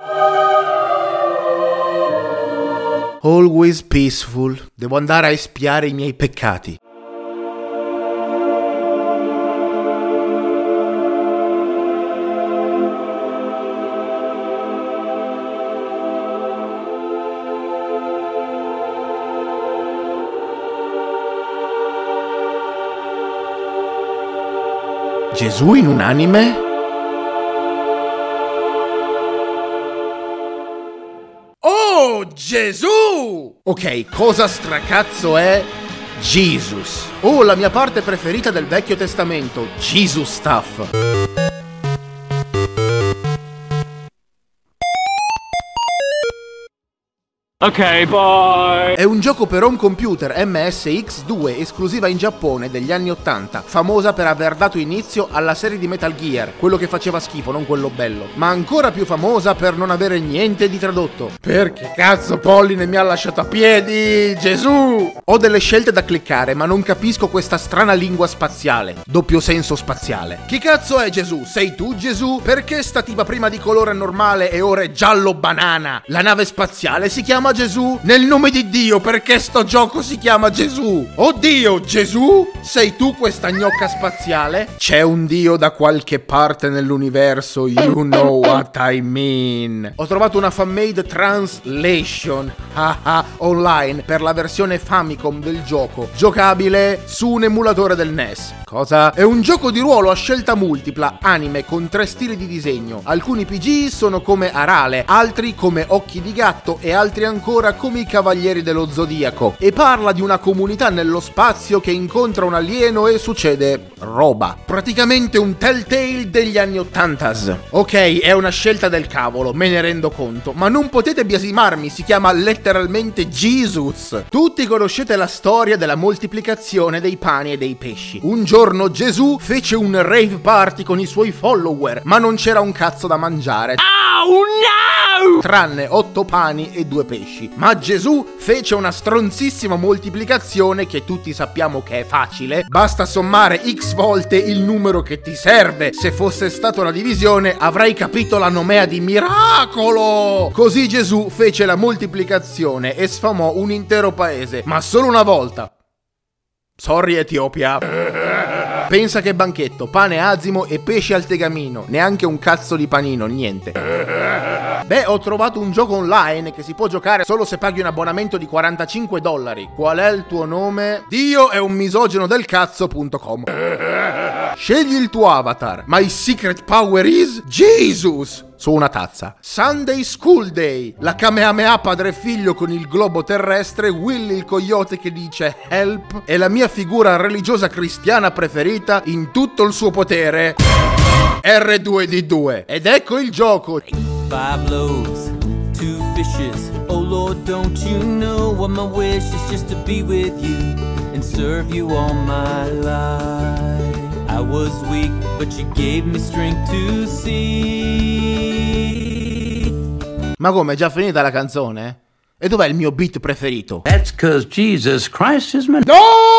Always peaceful. Devo andare a espiare i miei peccati. Gesù in un anime? Oh, Gesù! Ok, cosa stracazzo è Jesus? Oh, la mia parte preferita del Vecchio Testamento, Jesus stuff. Ok, bye. È un gioco per home computer MSX2 esclusiva in Giappone degli anni 80, famosa per aver dato inizio alla serie di Metal Gear, quello che faceva schifo, non quello bello, ma ancora più famosa per non avere niente di tradotto. Perché cazzo Polline mi ha lasciato a piedi, Gesù? Ho delle scelte da cliccare, ma non capisco questa strana lingua spaziale, doppio senso spaziale. Chi cazzo è Gesù? Sei tu Gesù? Perché sta tipa prima di colore normale e ora è giallo banana? La nave spaziale si chiama Gesù? Nel nome di Dio, perché sto gioco si chiama Gesù? Oddio, Gesù? Sei tu questa gnocca spaziale? C'è un dio da qualche parte nell'universo, you know what I mean. Ho trovato una fan-made translation online per la versione Famicom del gioco, giocabile su un emulatore del NES. Cosa? È un gioco di ruolo a scelta multipla, anime con 3 stili di disegno. Alcuni PG sono come Arale, altri come Occhi di Gatto e altri ancora come i Cavalieri dello Zodiaco. E parla di una comunità nello spazio che incontra un alieno e succede roba. Praticamente un Telltale degli anni 80. Ok, è una scelta del cavolo, me ne rendo conto, ma non potete biasimarmi, si chiama letteralmente Jesus. Tutti conoscete la storia della moltiplicazione dei pani e dei pesci. Un giorno Gesù fece un rave party con i suoi follower, ma non c'era un cazzo da mangiare. Oh no! Tranne 8 pani e 2 pesci. Ma Gesù fece una stronzissima moltiplicazione che tutti sappiamo che è facile. Basta sommare x volte il numero che ti serve. Se fosse stata una divisione avrai capito la nomea di miracolo. Così Gesù fece la moltiplicazione e sfamò un intero paese, ma solo una volta. Sorry Etiopia. Pensa che banchetto, pane azimo e pesce al tegamino. Neanche un cazzo di panino, niente. Beh, ho trovato un gioco online che si può giocare solo se paghi un abbonamento di $45. Qual è il tuo nome? Dio è un misogino del cazzo.com. Scegli il tuo avatar. My secret power is Jesus. Su una tazza. Sunday School Day. La Kamehameha padre e figlio con il globo terrestre, Willy il coyote che dice help, e la mia figura religiosa cristiana preferita in tutto il suo potere, R2D2. Ed ecco il gioco. 5 loaves, 2 fishes. Oh Lord, don't you know but my wish is just to be with you and serve you all my life. I was weak, but you gave me strength to see. Ma come, è già finita la canzone? E dov'è il mio beat preferito? That's 'cause Jesus Christ is my... No!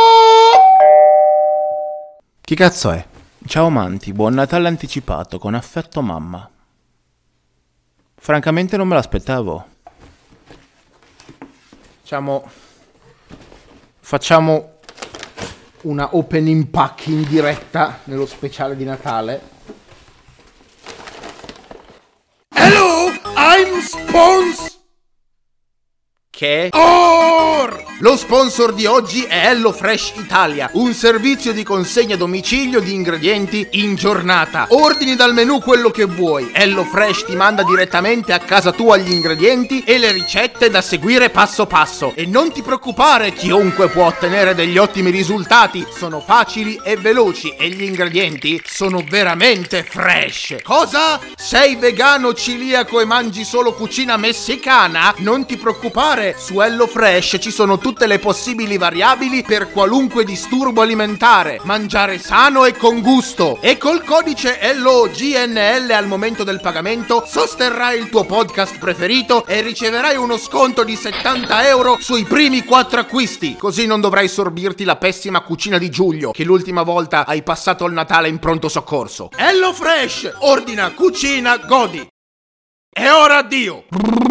Chi cazzo è? Ciao amanti, buon Natale anticipato, con affetto mamma. Francamente non me l'aspettavo. Facciamo una opening pack in diretta nello speciale di Natale. Hello, I'm Spons. Che? Lo sponsor di oggi è HelloFresh Italia, un servizio di consegna a domicilio di ingredienti in giornata. Ordini dal menù quello che vuoi. HelloFresh ti manda direttamente a casa tua gli ingredienti e le ricette da seguire passo passo. E non ti preoccupare, chiunque può ottenere degli ottimi risultati. Sono facili e veloci e gli ingredienti sono veramente fresh. Cosa? Sei vegano, celiaco e mangi solo cucina messicana? Non ti preoccupare. Su HelloFresh ci sono tutte le possibili variabili per qualunque disturbo alimentare. Mangiare sano e con gusto. E col codice LOGNL al momento del pagamento sosterrai il tuo podcast preferito e riceverai uno sconto di 70 euro sui primi 4 acquisti. Così non dovrai sorbirti la pessima cucina di Giulio che l'ultima volta hai passato il Natale in pronto soccorso. HelloFresh, ordina, cucina, godi. E ora addio.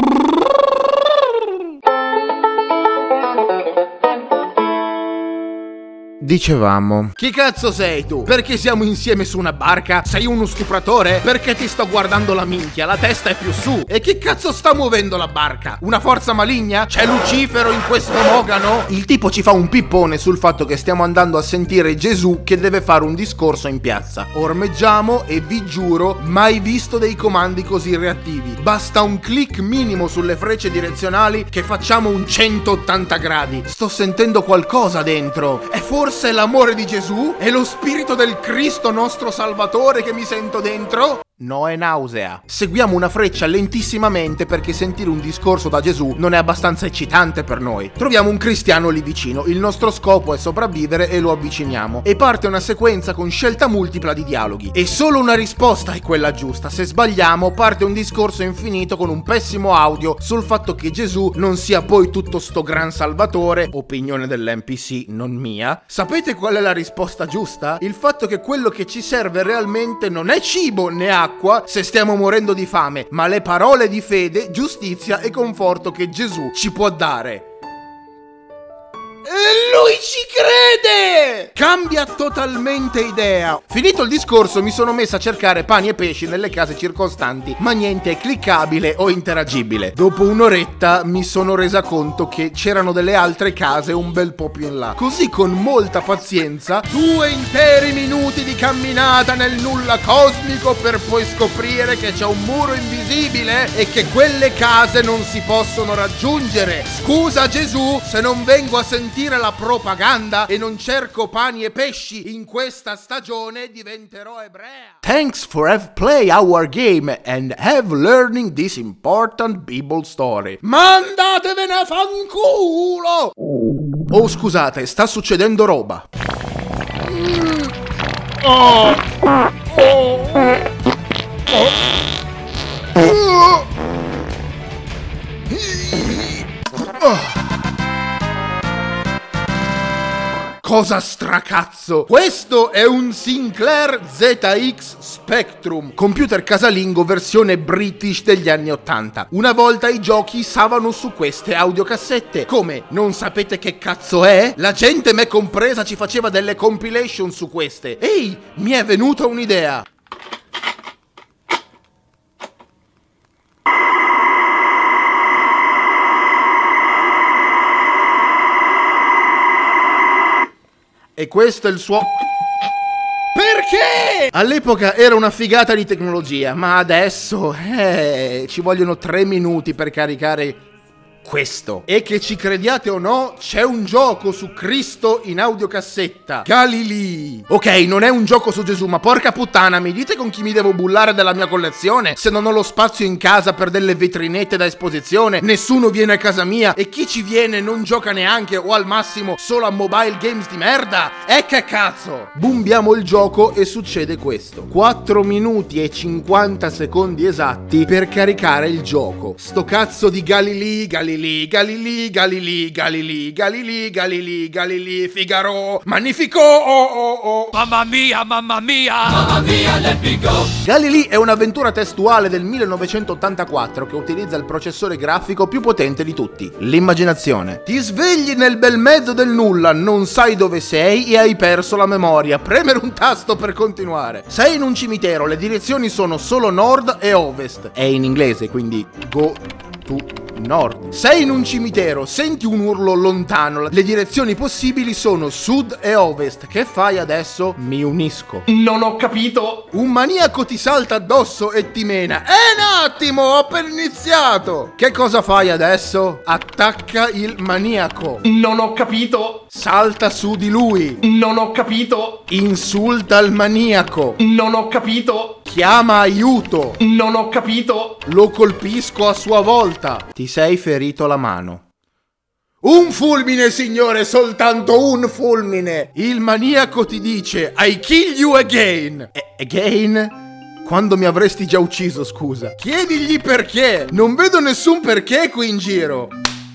Dicevamo, chi cazzo sei tu? Perché siamo insieme su una barca? Sei uno stupratore? Perché ti sto guardando la minchia, la testa è più su. E chi cazzo sta muovendo la barca? Una forza maligna? C'è Lucifero in questo mogano? Il tipo ci fa un pippone sul fatto che stiamo andando a sentire Gesù che deve fare un discorso in piazza. Ormeggiamo e vi giuro, mai visto dei comandi così reattivi. Basta un click minimo sulle frecce direzionali che facciamo un 180 gradi. Sto sentendo qualcosa dentro. È forse l'amore di Gesù? È lo spirito del Cristo nostro Salvatore che mi sento dentro? No, è nausea. Seguiamo una freccia lentissimamente perché sentire un discorso da Gesù non è abbastanza eccitante per noi. Troviamo un cristiano lì vicino, il nostro scopo è sopravvivere e lo avviciniamo. E parte una sequenza con scelta multipla di dialoghi. E solo una risposta è quella giusta. Se sbagliamo parte un discorso infinito con un pessimo audio sul fatto che Gesù non sia poi tutto sto gran salvatore, opinione dell'NPC, non mia. Sapete qual è la risposta giusta? Il fatto che quello che ci serve realmente non è cibo né acqua se stiamo morendo di fame, ma le parole di fede, giustizia e conforto che Gesù ci può dare. E lui ci crede! Cambia totalmente idea. Finito il discorso mi sono messa a cercare pani e pesci nelle case circostanti, ma niente è cliccabile o interagibile. Dopo un'oretta mi sono resa conto che c'erano delle altre case un bel po' più in là. Così con molta pazienza, 2 interi minuti di camminata nel nulla cosmico per poi scoprire che c'è un muro invisibile e che quelle case non si possono raggiungere. Scusa Gesù se non vengo a sentire la propaganda e non cerco pani e pesci in questa stagione, diventerò ebrea. Thanks for have play our game and have learning this important Bible story. Mandatevene a fanculo! Oh scusate, sta succedendo roba. Oh. Cosa stracazzo! Questo è un Sinclair ZX Spectrum, computer casalingo versione British degli anni 80. Una volta i giochi stavano su queste audiocassette. Come? Non sapete che cazzo è? La gente, me compresa, ci faceva delle compilation su queste. Ehi, mi è venuta un'idea. E questo è il suo... Perché? All'epoca era una figata di tecnologia, ma adesso ci vogliono 3 minuti per caricare questo. E che ci crediate o no, c'è un gioco su Cristo in audiocassetta. Galilei. Ok, non è un gioco su Gesù, ma porca puttana, mi dite con chi mi devo bullare della mia collezione? Se non ho lo spazio in casa per delle vetrinette da esposizione, nessuno viene a casa mia e chi ci viene non gioca neanche o al massimo solo a mobile games di merda? E che cazzo? Bumbiamo il gioco e succede questo. 4 minuti e 50 secondi esatti per caricare il gioco. Sto cazzo di Galilei, Figaro, Magnifico, oh. Mamma mia, let me go. Galilei è un'avventura testuale del 1984 che utilizza il processore grafico più potente di tutti, l'immaginazione. Ti svegli nel bel mezzo del nulla, non sai dove sei e hai perso la memoria. Premere un tasto per continuare. Sei in un cimitero, le direzioni sono solo nord e ovest. È in inglese, quindi go to nord. Sei in un cimitero, senti un urlo lontano, le direzioni possibili sono sud e ovest. Che fai adesso? Mi unisco. Non ho capito. Un maniaco ti salta addosso e ti mena. Un attimo, ho appena iniziato. Che cosa fai adesso? Attacca il maniaco. Non ho capito. Salta su di lui. Non ho capito. Insulta il maniaco. Non ho capito. Chiama aiuto. Non ho capito. Lo colpisco a sua volta. Ti sei ferito la mano. Un fulmine, signore, soltanto un fulmine. Il maniaco ti dice I kill you again. Again? Quando mi avresti già ucciso, scusa. Chiedigli perché. Non vedo nessun perché qui in giro.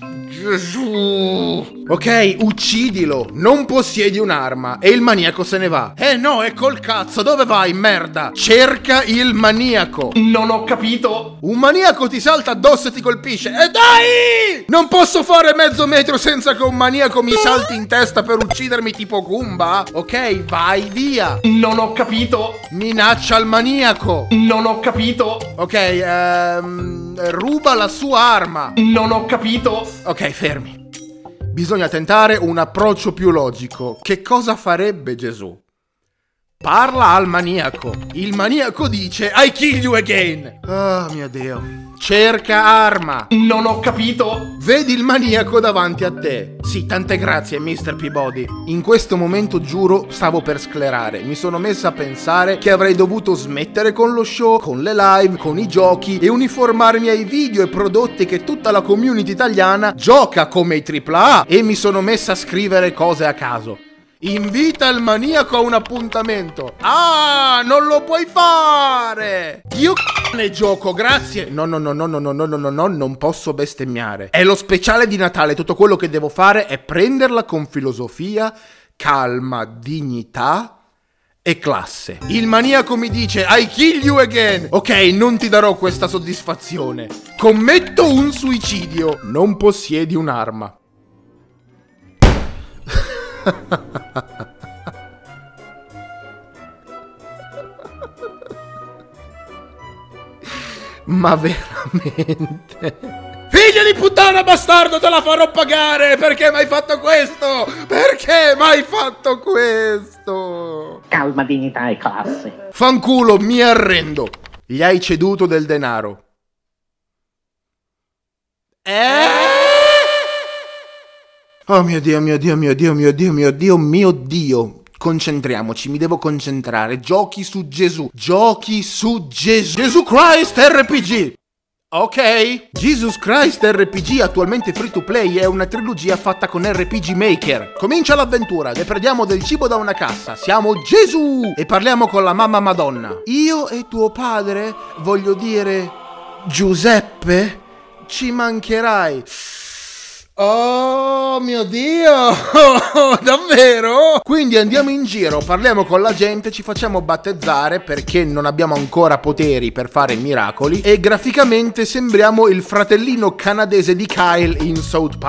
Gesù. Ok, uccidilo. Non possiedi un'arma. E il maniaco se ne va. No, è col cazzo. Dove vai, merda? Cerca il maniaco. Non ho capito. Un maniaco ti salta addosso e ti colpisce. E dai! Non posso fare mezzo metro senza che un maniaco mi salti in testa per uccidermi tipo Goomba. Ok, vai via. Non ho capito. Minaccia il maniaco. Non ho capito. Ok, ruba la sua arma. Non ho capito. Ok, fermi. Bisogna tentare un approccio più logico. Che cosa farebbe Gesù? Parla al maniaco. Il maniaco dice I kill you again. Oh mio Dio. Cerca arma. Non ho capito. Vedi il maniaco davanti a te. Sì, tante grazie, Mr. Peabody. In questo momento, giuro, stavo per sclerare. Mi sono messa a pensare che avrei dovuto smettere con lo show, con le live, con i giochi e uniformarmi ai video e prodotti che tutta la community italiana gioca come i AAA. E mi sono messa a scrivere cose a caso. Invita il maniaco a un appuntamento. Ah, non lo puoi fare. Io ne gioco, grazie. No, non posso bestemmiare. È lo speciale di Natale, tutto quello che devo fare è prenderla con filosofia, calma, dignità e classe. Il maniaco mi dice I kill you again. Ok, non ti darò questa soddisfazione. Commetto un suicidio. Non possiedi un'arma. Ma veramente? Figlio di puttana bastardo, te la farò pagare. Perché mi hai fatto questo? Perché mi hai fatto questo? Calma, dignità e classe. Fanculo, mi arrendo. Gli hai ceduto del denaro. Oh mio Dio. Concentriamoci, mi devo concentrare. Giochi su Gesù. Gesù Christ RPG. Ok. Jesus Christ RPG, attualmente free to play, è una trilogia fatta con RPG Maker. Comincia l'avventura, ne prendiamo del cibo da una cassa. Siamo Gesù e parliamo con la mamma Madonna. Io e tuo padre, voglio dire Giuseppe, ci mancherai. Oh mio Dio. Davvero? Quindi andiamo in giro, parliamo con la gente, ci facciamo battezzare perché non abbiamo ancora poteri per fare miracoli e graficamente sembriamo il fratellino canadese di Kyle in South Park.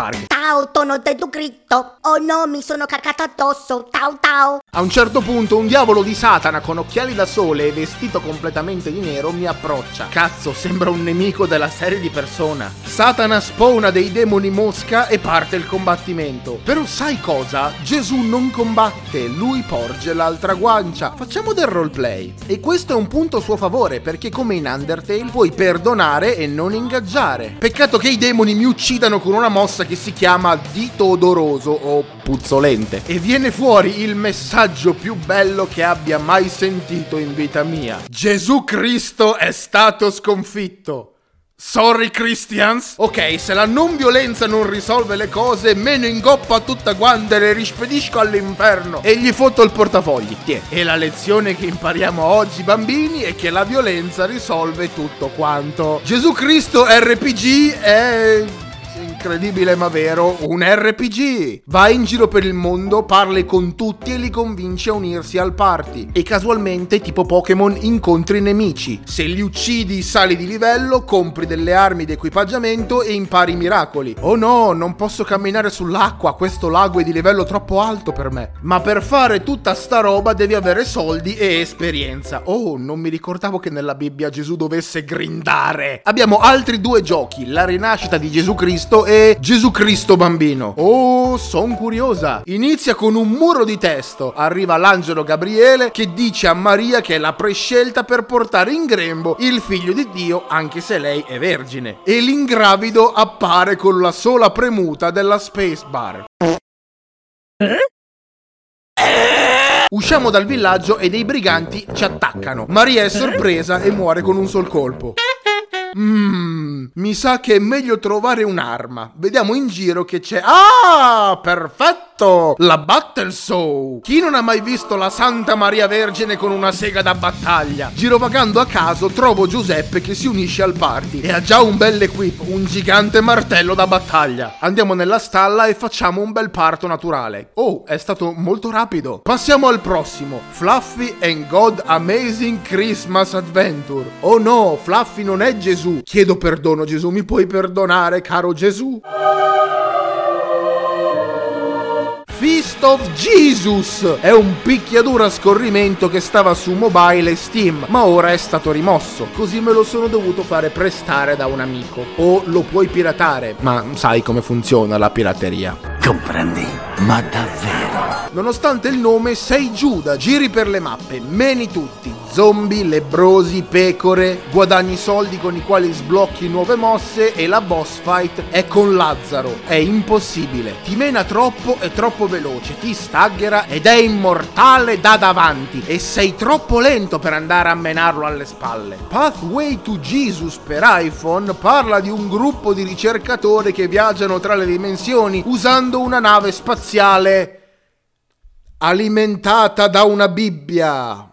Ciao, sono Gesù Cristo. Oh no, mi sono cacato addosso. Ciao ciao. A un certo punto un diavolo di Satana con occhiali da sole e vestito completamente di nero mi approccia. Cazzo, sembra un nemico della serie di Persona. Satana spawna dei demoni mosca e parte il combattimento. Però sai cosa? Gesù non combatte, lui porge l'altra guancia. Facciamo del roleplay. E questo è un punto a suo favore, perché come in Undertale puoi perdonare e non ingaggiare. Peccato che i demoni mi uccidano con una mossa che si chiama dito odoroso o puzzolente. E viene fuori il messaggio più bello che abbia mai sentito in vita mia. Gesù Cristo è stato sconfitto. Sorry Christians? Ok, se la non violenza non risolve le cose, me ne ingoppo a tutta quante e le rispedisco all'inferno e gli fotto il portafogli. Tiè. E la lezione che impariamo oggi, bambini, è che la violenza risolve tutto quanto. Gesù Cristo RPG è... incredibile ma vero, un RPG. Vai in giro per il mondo, parli con tutti e li convinci a unirsi al party. E casualmente, tipo Pokémon, incontri nemici. Se li uccidi sali di livello, compri delle armi di equipaggiamento e impari miracoli. Oh no, non posso camminare sull'acqua, questo lago è di livello troppo alto per me. Ma per fare tutta sta roba devi avere soldi e esperienza. Oh, non mi ricordavo che nella Bibbia Gesù dovesse grindare. Abbiamo altri 2 giochi, la rinascita di Gesù Cristo e Gesù Cristo bambino. Oh, son curiosa. Inizia con un muro di testo. Arriva l'angelo Gabriele che dice a Maria che è la prescelta per portare in grembo il figlio di Dio, anche se lei è vergine. E l'ingravido appare con la sola premuta della spacebar. Usciamo dal villaggio e dei briganti ci attaccano. Maria è sorpresa e muore con un sol colpo. Mi sa che è meglio trovare un'arma. Vediamo in giro che c'è. Ah, perfetto! La Battle Saw. Chi non ha mai visto la Santa Maria Vergine con una sega da battaglia? Girovagando a caso trovo Giuseppe che si unisce al party e ha già un bel equip, un gigante martello da battaglia. Andiamo nella stalla e facciamo un bel parto naturale. Oh, è stato molto rapido. Passiamo al prossimo. Fluffy and God Amazing Christmas Adventure. Oh no, Fluffy non è Gesù. Chiedo perdono, Gesù, mi puoi perdonare, caro Gesù? Feast of Jesus è un picchiaduro a scorrimento che stava su mobile e Steam, ma ora è stato rimosso, così me lo sono dovuto fare prestare da un amico. O lo puoi piratare, ma sai come funziona la pirateria. Comprendi? Ma davvero? Nonostante il nome, sei Giuda, giri per le mappe, meni tutti, zombie, lebbrosi, pecore, guadagni soldi con i quali sblocchi nuove mosse e la boss fight è con Lazzaro. È impossibile, ti mena troppo, è troppo veloce, ti staggera ed è immortale da davanti e sei troppo lento per andare a menarlo alle spalle. Pathway to Jesus per iPhone parla di un gruppo di ricercatori che viaggiano tra le dimensioni usando una nave spaziale alimentata da una Bibbia.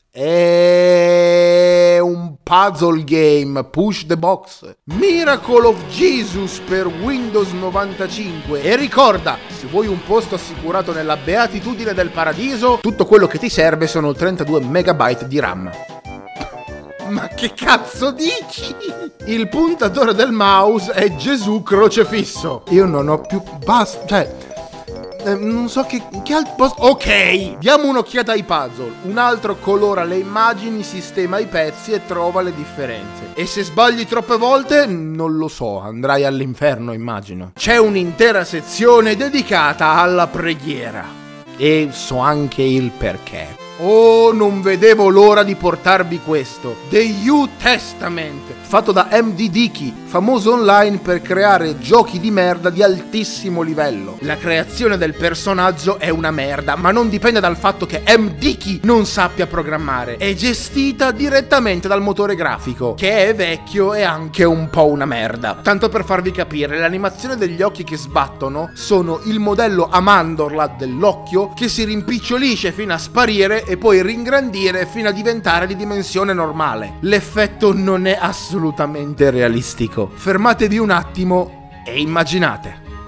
È un puzzle game, push the box. Miracle of Jesus per Windows 95. E ricorda, se vuoi un posto assicurato nella beatitudine del paradiso, tutto quello che ti serve sono 32 MB di RAM. Ma che cazzo dici? Il puntatore del mouse è Gesù crocefisso. Io non ho più... basta, cioè... non so che altro... Ok, diamo un'occhiata ai puzzle. Un altro colora le immagini, sistema i pezzi e trova le differenze. E se sbagli troppe volte, non lo so, andrai all'inferno, immagino. C'è un'intera sezione dedicata alla preghiera. E so anche il perché. Oh, non vedevo l'ora di portarvi questo. The New Testament, fatto da MD Dicky, famoso online per creare giochi di merda di altissimo livello. La creazione del personaggio è una merda, ma non dipende dal fatto che MD Dicky non sappia programmare. È gestita direttamente dal motore grafico, che è vecchio e anche un po' una merda. Tanto per farvi capire, l'animazione degli occhi che sbattono sono il modello a mandorla dell'occhio che si rimpicciolisce fino a sparire e poi ringrandire fino a diventare di dimensione normale. L'effetto non è assolutamente realistico. Fermatevi un attimo e immaginate.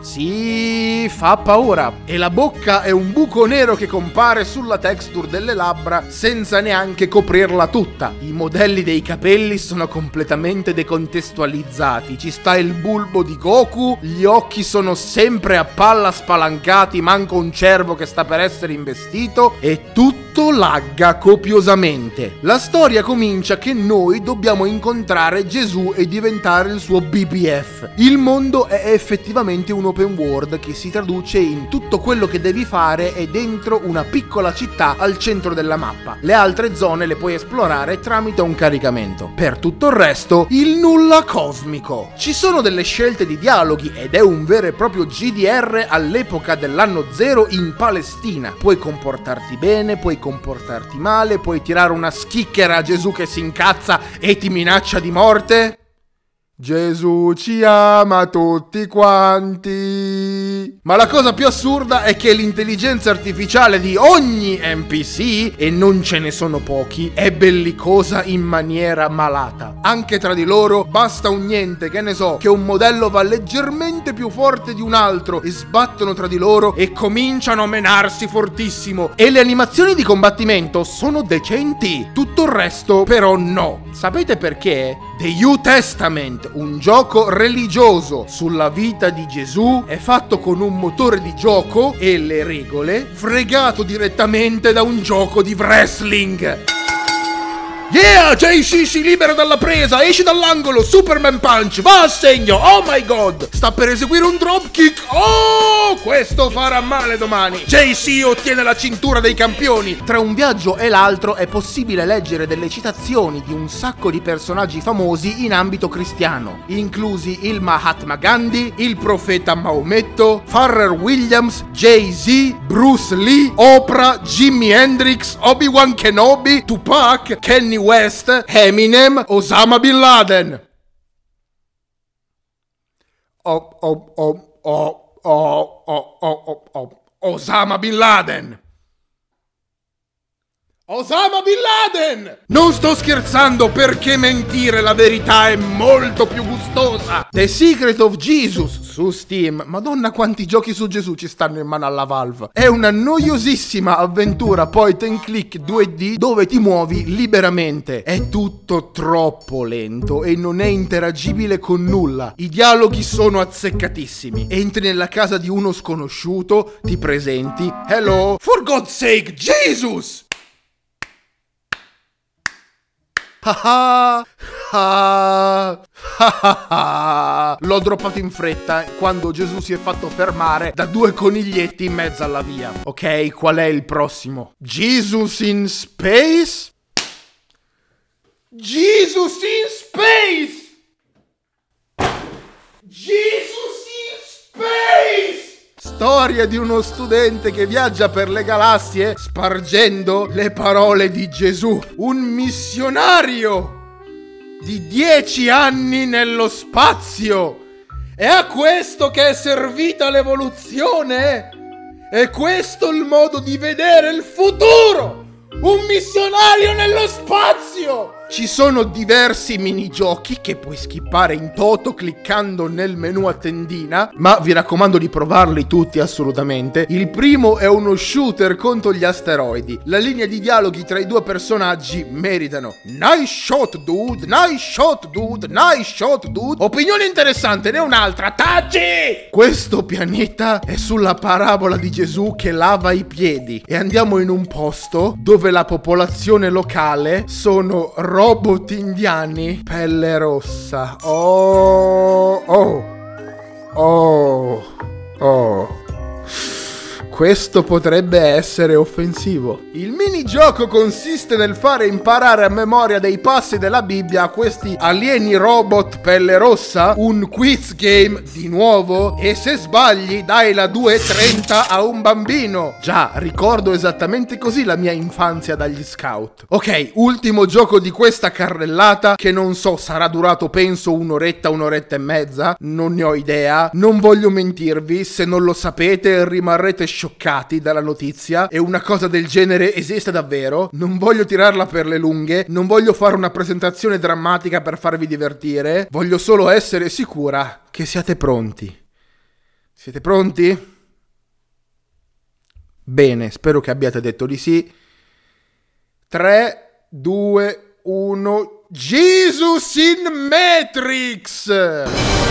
Sì, fa paura. E la bocca è un buco nero che compare sulla texture delle labbra senza neanche coprirla tutta. I modelli dei capelli sono completamente decontestualizzati. Ci sta il bulbo di Goku, gli occhi sono sempre a palla spalancati, manco un cervo che sta per essere investito, e tutto lagga copiosamente. La storia comincia che noi dobbiamo incontrare Gesù e diventare il suo BBF. Il mondo è effettivamente un open world che si traduce in tutto quello che devi fare è dentro una piccola città al centro della mappa. Le altre zone le puoi esplorare tramite un caricamento. Per tutto il resto, il nulla cosmico. Ci sono delle scelte di dialoghi ed è un vero e proprio GDR all'epoca dell'anno zero in Palestina. Puoi comportarti bene, puoi comportarti male, puoi tirare una schicchera a Gesù che si incazza e ti minaccia di morte. Gesù ci ama tutti quanti. Ma la cosa più assurda è che l'intelligenza artificiale di ogni NPC, e non ce ne sono pochi, è bellicosa in maniera malata. Anche tra di loro basta un niente, che ne so, che un modello va leggermente più forte di un altro e sbattono tra di loro e cominciano a menarsi fortissimo. E le animazioni di combattimento sono decenti. Tutto il resto però no. Sapete perché? The New Testament, un gioco religioso sulla vita di Gesù, è fatto con un motore di gioco e le regole fregato direttamente da un gioco di wrestling. Yeah, JC si libera dalla presa, esce dall'angolo, Superman Punch, va a segno, oh my god, sta per eseguire un dropkick, oh, questo farà male domani. JC ottiene la cintura dei campioni. Tra un viaggio e l'altro è possibile leggere delle citazioni di un sacco di personaggi famosi in ambito cristiano, inclusi il Mahatma Gandhi, il profeta Maometto, Pharrell Williams, Jay-Z, Bruce Lee, Oprah, Jimi Hendrix, Obi-Wan Kenobi, Tupac, Kanye West, Eminem, Osama Bin Laden. Osama Bin Laden. Osama Bin Laden! Non sto scherzando, perché mentire, la verità è molto più gustosa. The Secret of Jesus su Steam. Madonna quanti giochi su Gesù ci stanno in mano alla Valve. È una noiosissima avventura point and click 2D dove ti muovi liberamente. È tutto troppo lento e non è interagibile con nulla. I dialoghi sono azzeccatissimi. Entri nella casa di uno sconosciuto, ti presenti. Hello, for God's sake, Jesus! L'ho droppato in fretta quando Gesù si è fatto fermare da due coniglietti in mezzo alla via. Ok, qual è il prossimo? Jesus in Space? Jesus in Space! Jesus in Space! Storia di uno studente che viaggia per le galassie spargendo le parole di Gesù. Un missionario di 10 anni nello spazio. È a questo che è servita l'evoluzione? È questo il modo di vedere il futuro? Un missionario nello spazio! Ci sono diversi minigiochi che puoi skippare in toto cliccando nel menu a tendina, ma vi raccomando di provarli tutti assolutamente. Il primo è uno shooter contro gli asteroidi. La linea di dialoghi tra i due personaggi meritano. Nice shot dude, nice shot dude, nice shot dude. Opinione interessante, ne ho un'altra. Taggi! Questo pianeta è sulla parabola di Gesù che lava i piedi e andiamo in un posto dove la popolazione locale sono robot indiani pelle rossa. Questo potrebbe essere offensivo. Il minigioco consiste nel fare imparare a memoria dei passi della Bibbia a questi alieni robot pelle rossa, un quiz game di nuovo, e se sbagli dai la 2,30 a un bambino. Già, ricordo esattamente così la mia infanzia dagli scout. Ok, ultimo gioco di questa carrellata, che non so, sarà durato penso un'oretta e mezza, non ne ho idea, non voglio mentirvi, se non lo sapete rimarrete scioccati dalla notizia e una cosa del genere esiste davvero. Non voglio tirarla per le lunghe, non voglio fare una presentazione drammatica per farvi divertire, voglio solo essere sicura che siate pronti. Siete pronti? Bene, spero che abbiate detto di sì. 3, 2, 1... Jesus in Matrix!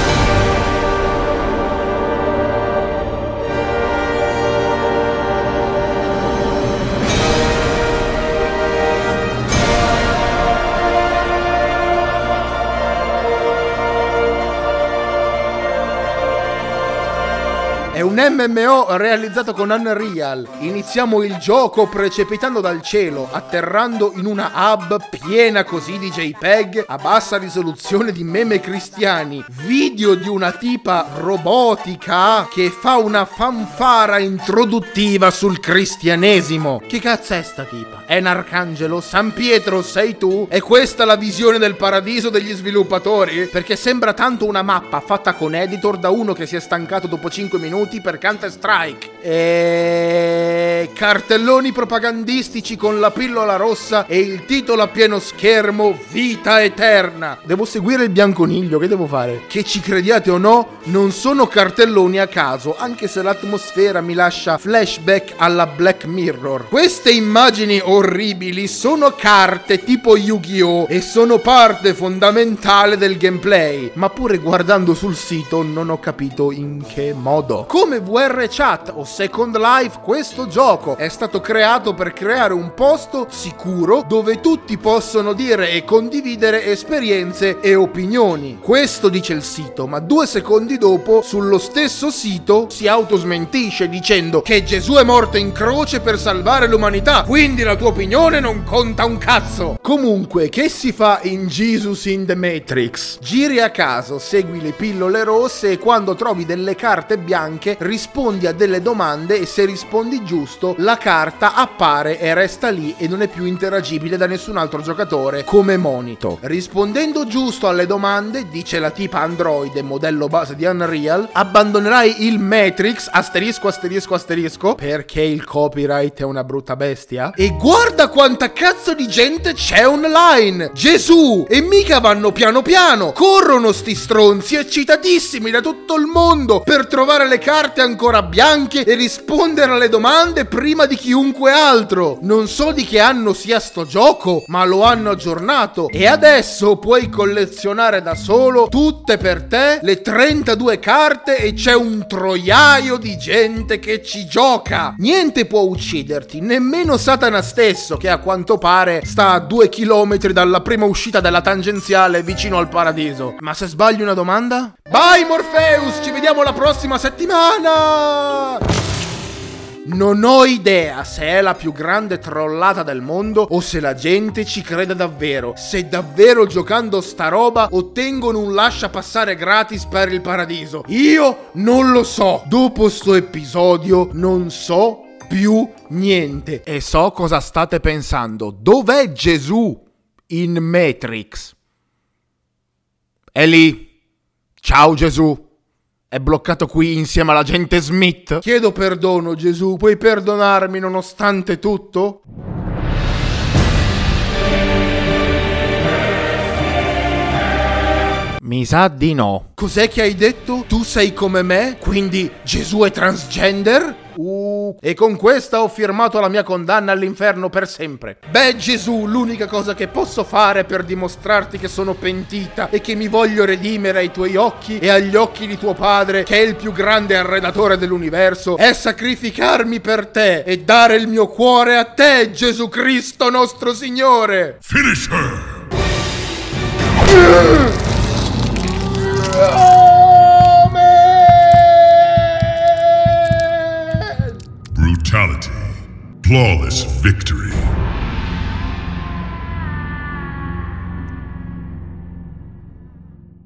È un MMO realizzato con Unreal. Iniziamo il gioco precipitando dal cielo, atterrando in una hub piena così di JPEG a bassa risoluzione di meme cristiani, video di una tipa robotica che fa una fanfara introduttiva sul cristianesimo. Che cazzo è sta tipa? È un arcangelo? San Pietro sei tu? È questa la visione del paradiso degli sviluppatori? Perché sembra tanto una mappa fatta con editor da uno che si è stancato dopo 5 minuti per Counter-Strike. E cartelloni propagandistici con la pillola rossa e il titolo a pieno schermo: Vita Eterna. Devo seguire il bianconiglio, che devo fare? Che ci crediate o no, non sono cartelloni a caso, anche se l'atmosfera mi lascia flashback alla Black Mirror. Queste immagini orribili sono carte tipo Yu-Gi-Oh! E sono parte fondamentale del gameplay, ma pure guardando sul sito non ho capito in che modo. Come VR Chat o Second Life, questo gioco è stato creato per creare un posto sicuro dove tutti possono dire e condividere esperienze e opinioni. Questo dice il sito, ma 2 secondi dopo sullo stesso sito si autosmentisce dicendo che Gesù è morto in croce per salvare l'umanità, quindi la tua opinione non conta un cazzo. Comunque, che si fa in Jesus in the Matrix? Giri a caso, segui le pillole rosse e quando trovi delle carte bianche rispondi a delle domande e se rispondi giusto la carta appare e resta lì e non è più interagibile da nessun altro giocatore come monito. Rispondendo giusto alle domande, dice la tipa androide modello base di Unreal, abbandonerai il Matrix asterisco asterisco asterisco perché il copyright è una brutta bestia. E guarda quanta cazzo di gente c'è online! Gesù! E mica vanno piano piano! Corrono sti stronzi eccitatissimi da tutto il mondo per trovare le carte ancora bianche e rispondere alle domande prima di chiunque altro. Non so di che anno sia sto gioco, ma lo hanno aggiornato e adesso puoi collezionare da solo tutte per te le 32 carte e c'è un troiaio di gente che ci gioca. Niente può ucciderti, nemmeno Satana stesso, che a quanto pare sta a 2 chilometri dalla prima uscita della tangenziale vicino al paradiso. Ma se sbagli una domanda? Bye Morpheus, ci vediamo la prossima settimana! Non ho idea se è la più grande trollata del mondo o se la gente ci crede davvero. Se davvero giocando sta roba ottengono un lascia passare gratis per il paradiso. Io non lo so. Dopo sto episodio non so più niente. E so cosa state pensando. Dov'è Gesù in Matrix? È lì. Ciao Gesù. È bloccato qui insieme all'agente Smith. Chiedo perdono, Gesù. Puoi perdonarmi nonostante tutto? Mi sa di no. Cos'è che hai detto? Tu sei come me? Quindi Gesù è transgender? E con questa ho firmato la mia condanna all'inferno per sempre. Beh Gesù, l'unica cosa che posso fare per dimostrarti che sono pentita e che mi voglio redimere ai tuoi occhi e agli occhi di tuo padre, che è il più grande arredatore dell'universo, è sacrificarmi per te e dare il mio cuore a te, Gesù Cristo nostro Signore. Finish her! Brutality. Flawless victory.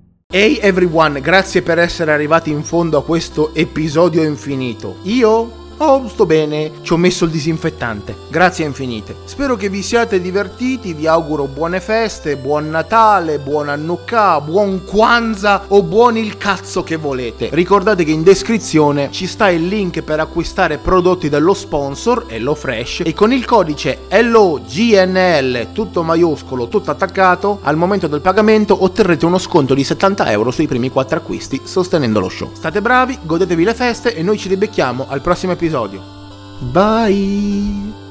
Hey everyone, grazie per essere arrivati in fondo a questo episodio infinito. Io Oh, sto bene, ci ho messo il disinfettante. Grazie infinite. Spero che vi siate divertiti, vi auguro buone feste, buon Natale, buon Hanukkah, buon Kwanzaa o buon il cazzo che volete. Ricordate che in descrizione ci sta il link per acquistare prodotti dello sponsor, HelloFresh, e con il codice LOGNL, tutto maiuscolo, tutto attaccato, al momento del pagamento otterrete uno sconto di €70 sui primi 4 acquisti, sostenendo lo show. State bravi, godetevi le feste e noi ci ribecchiamo al prossimo episodio. Bye!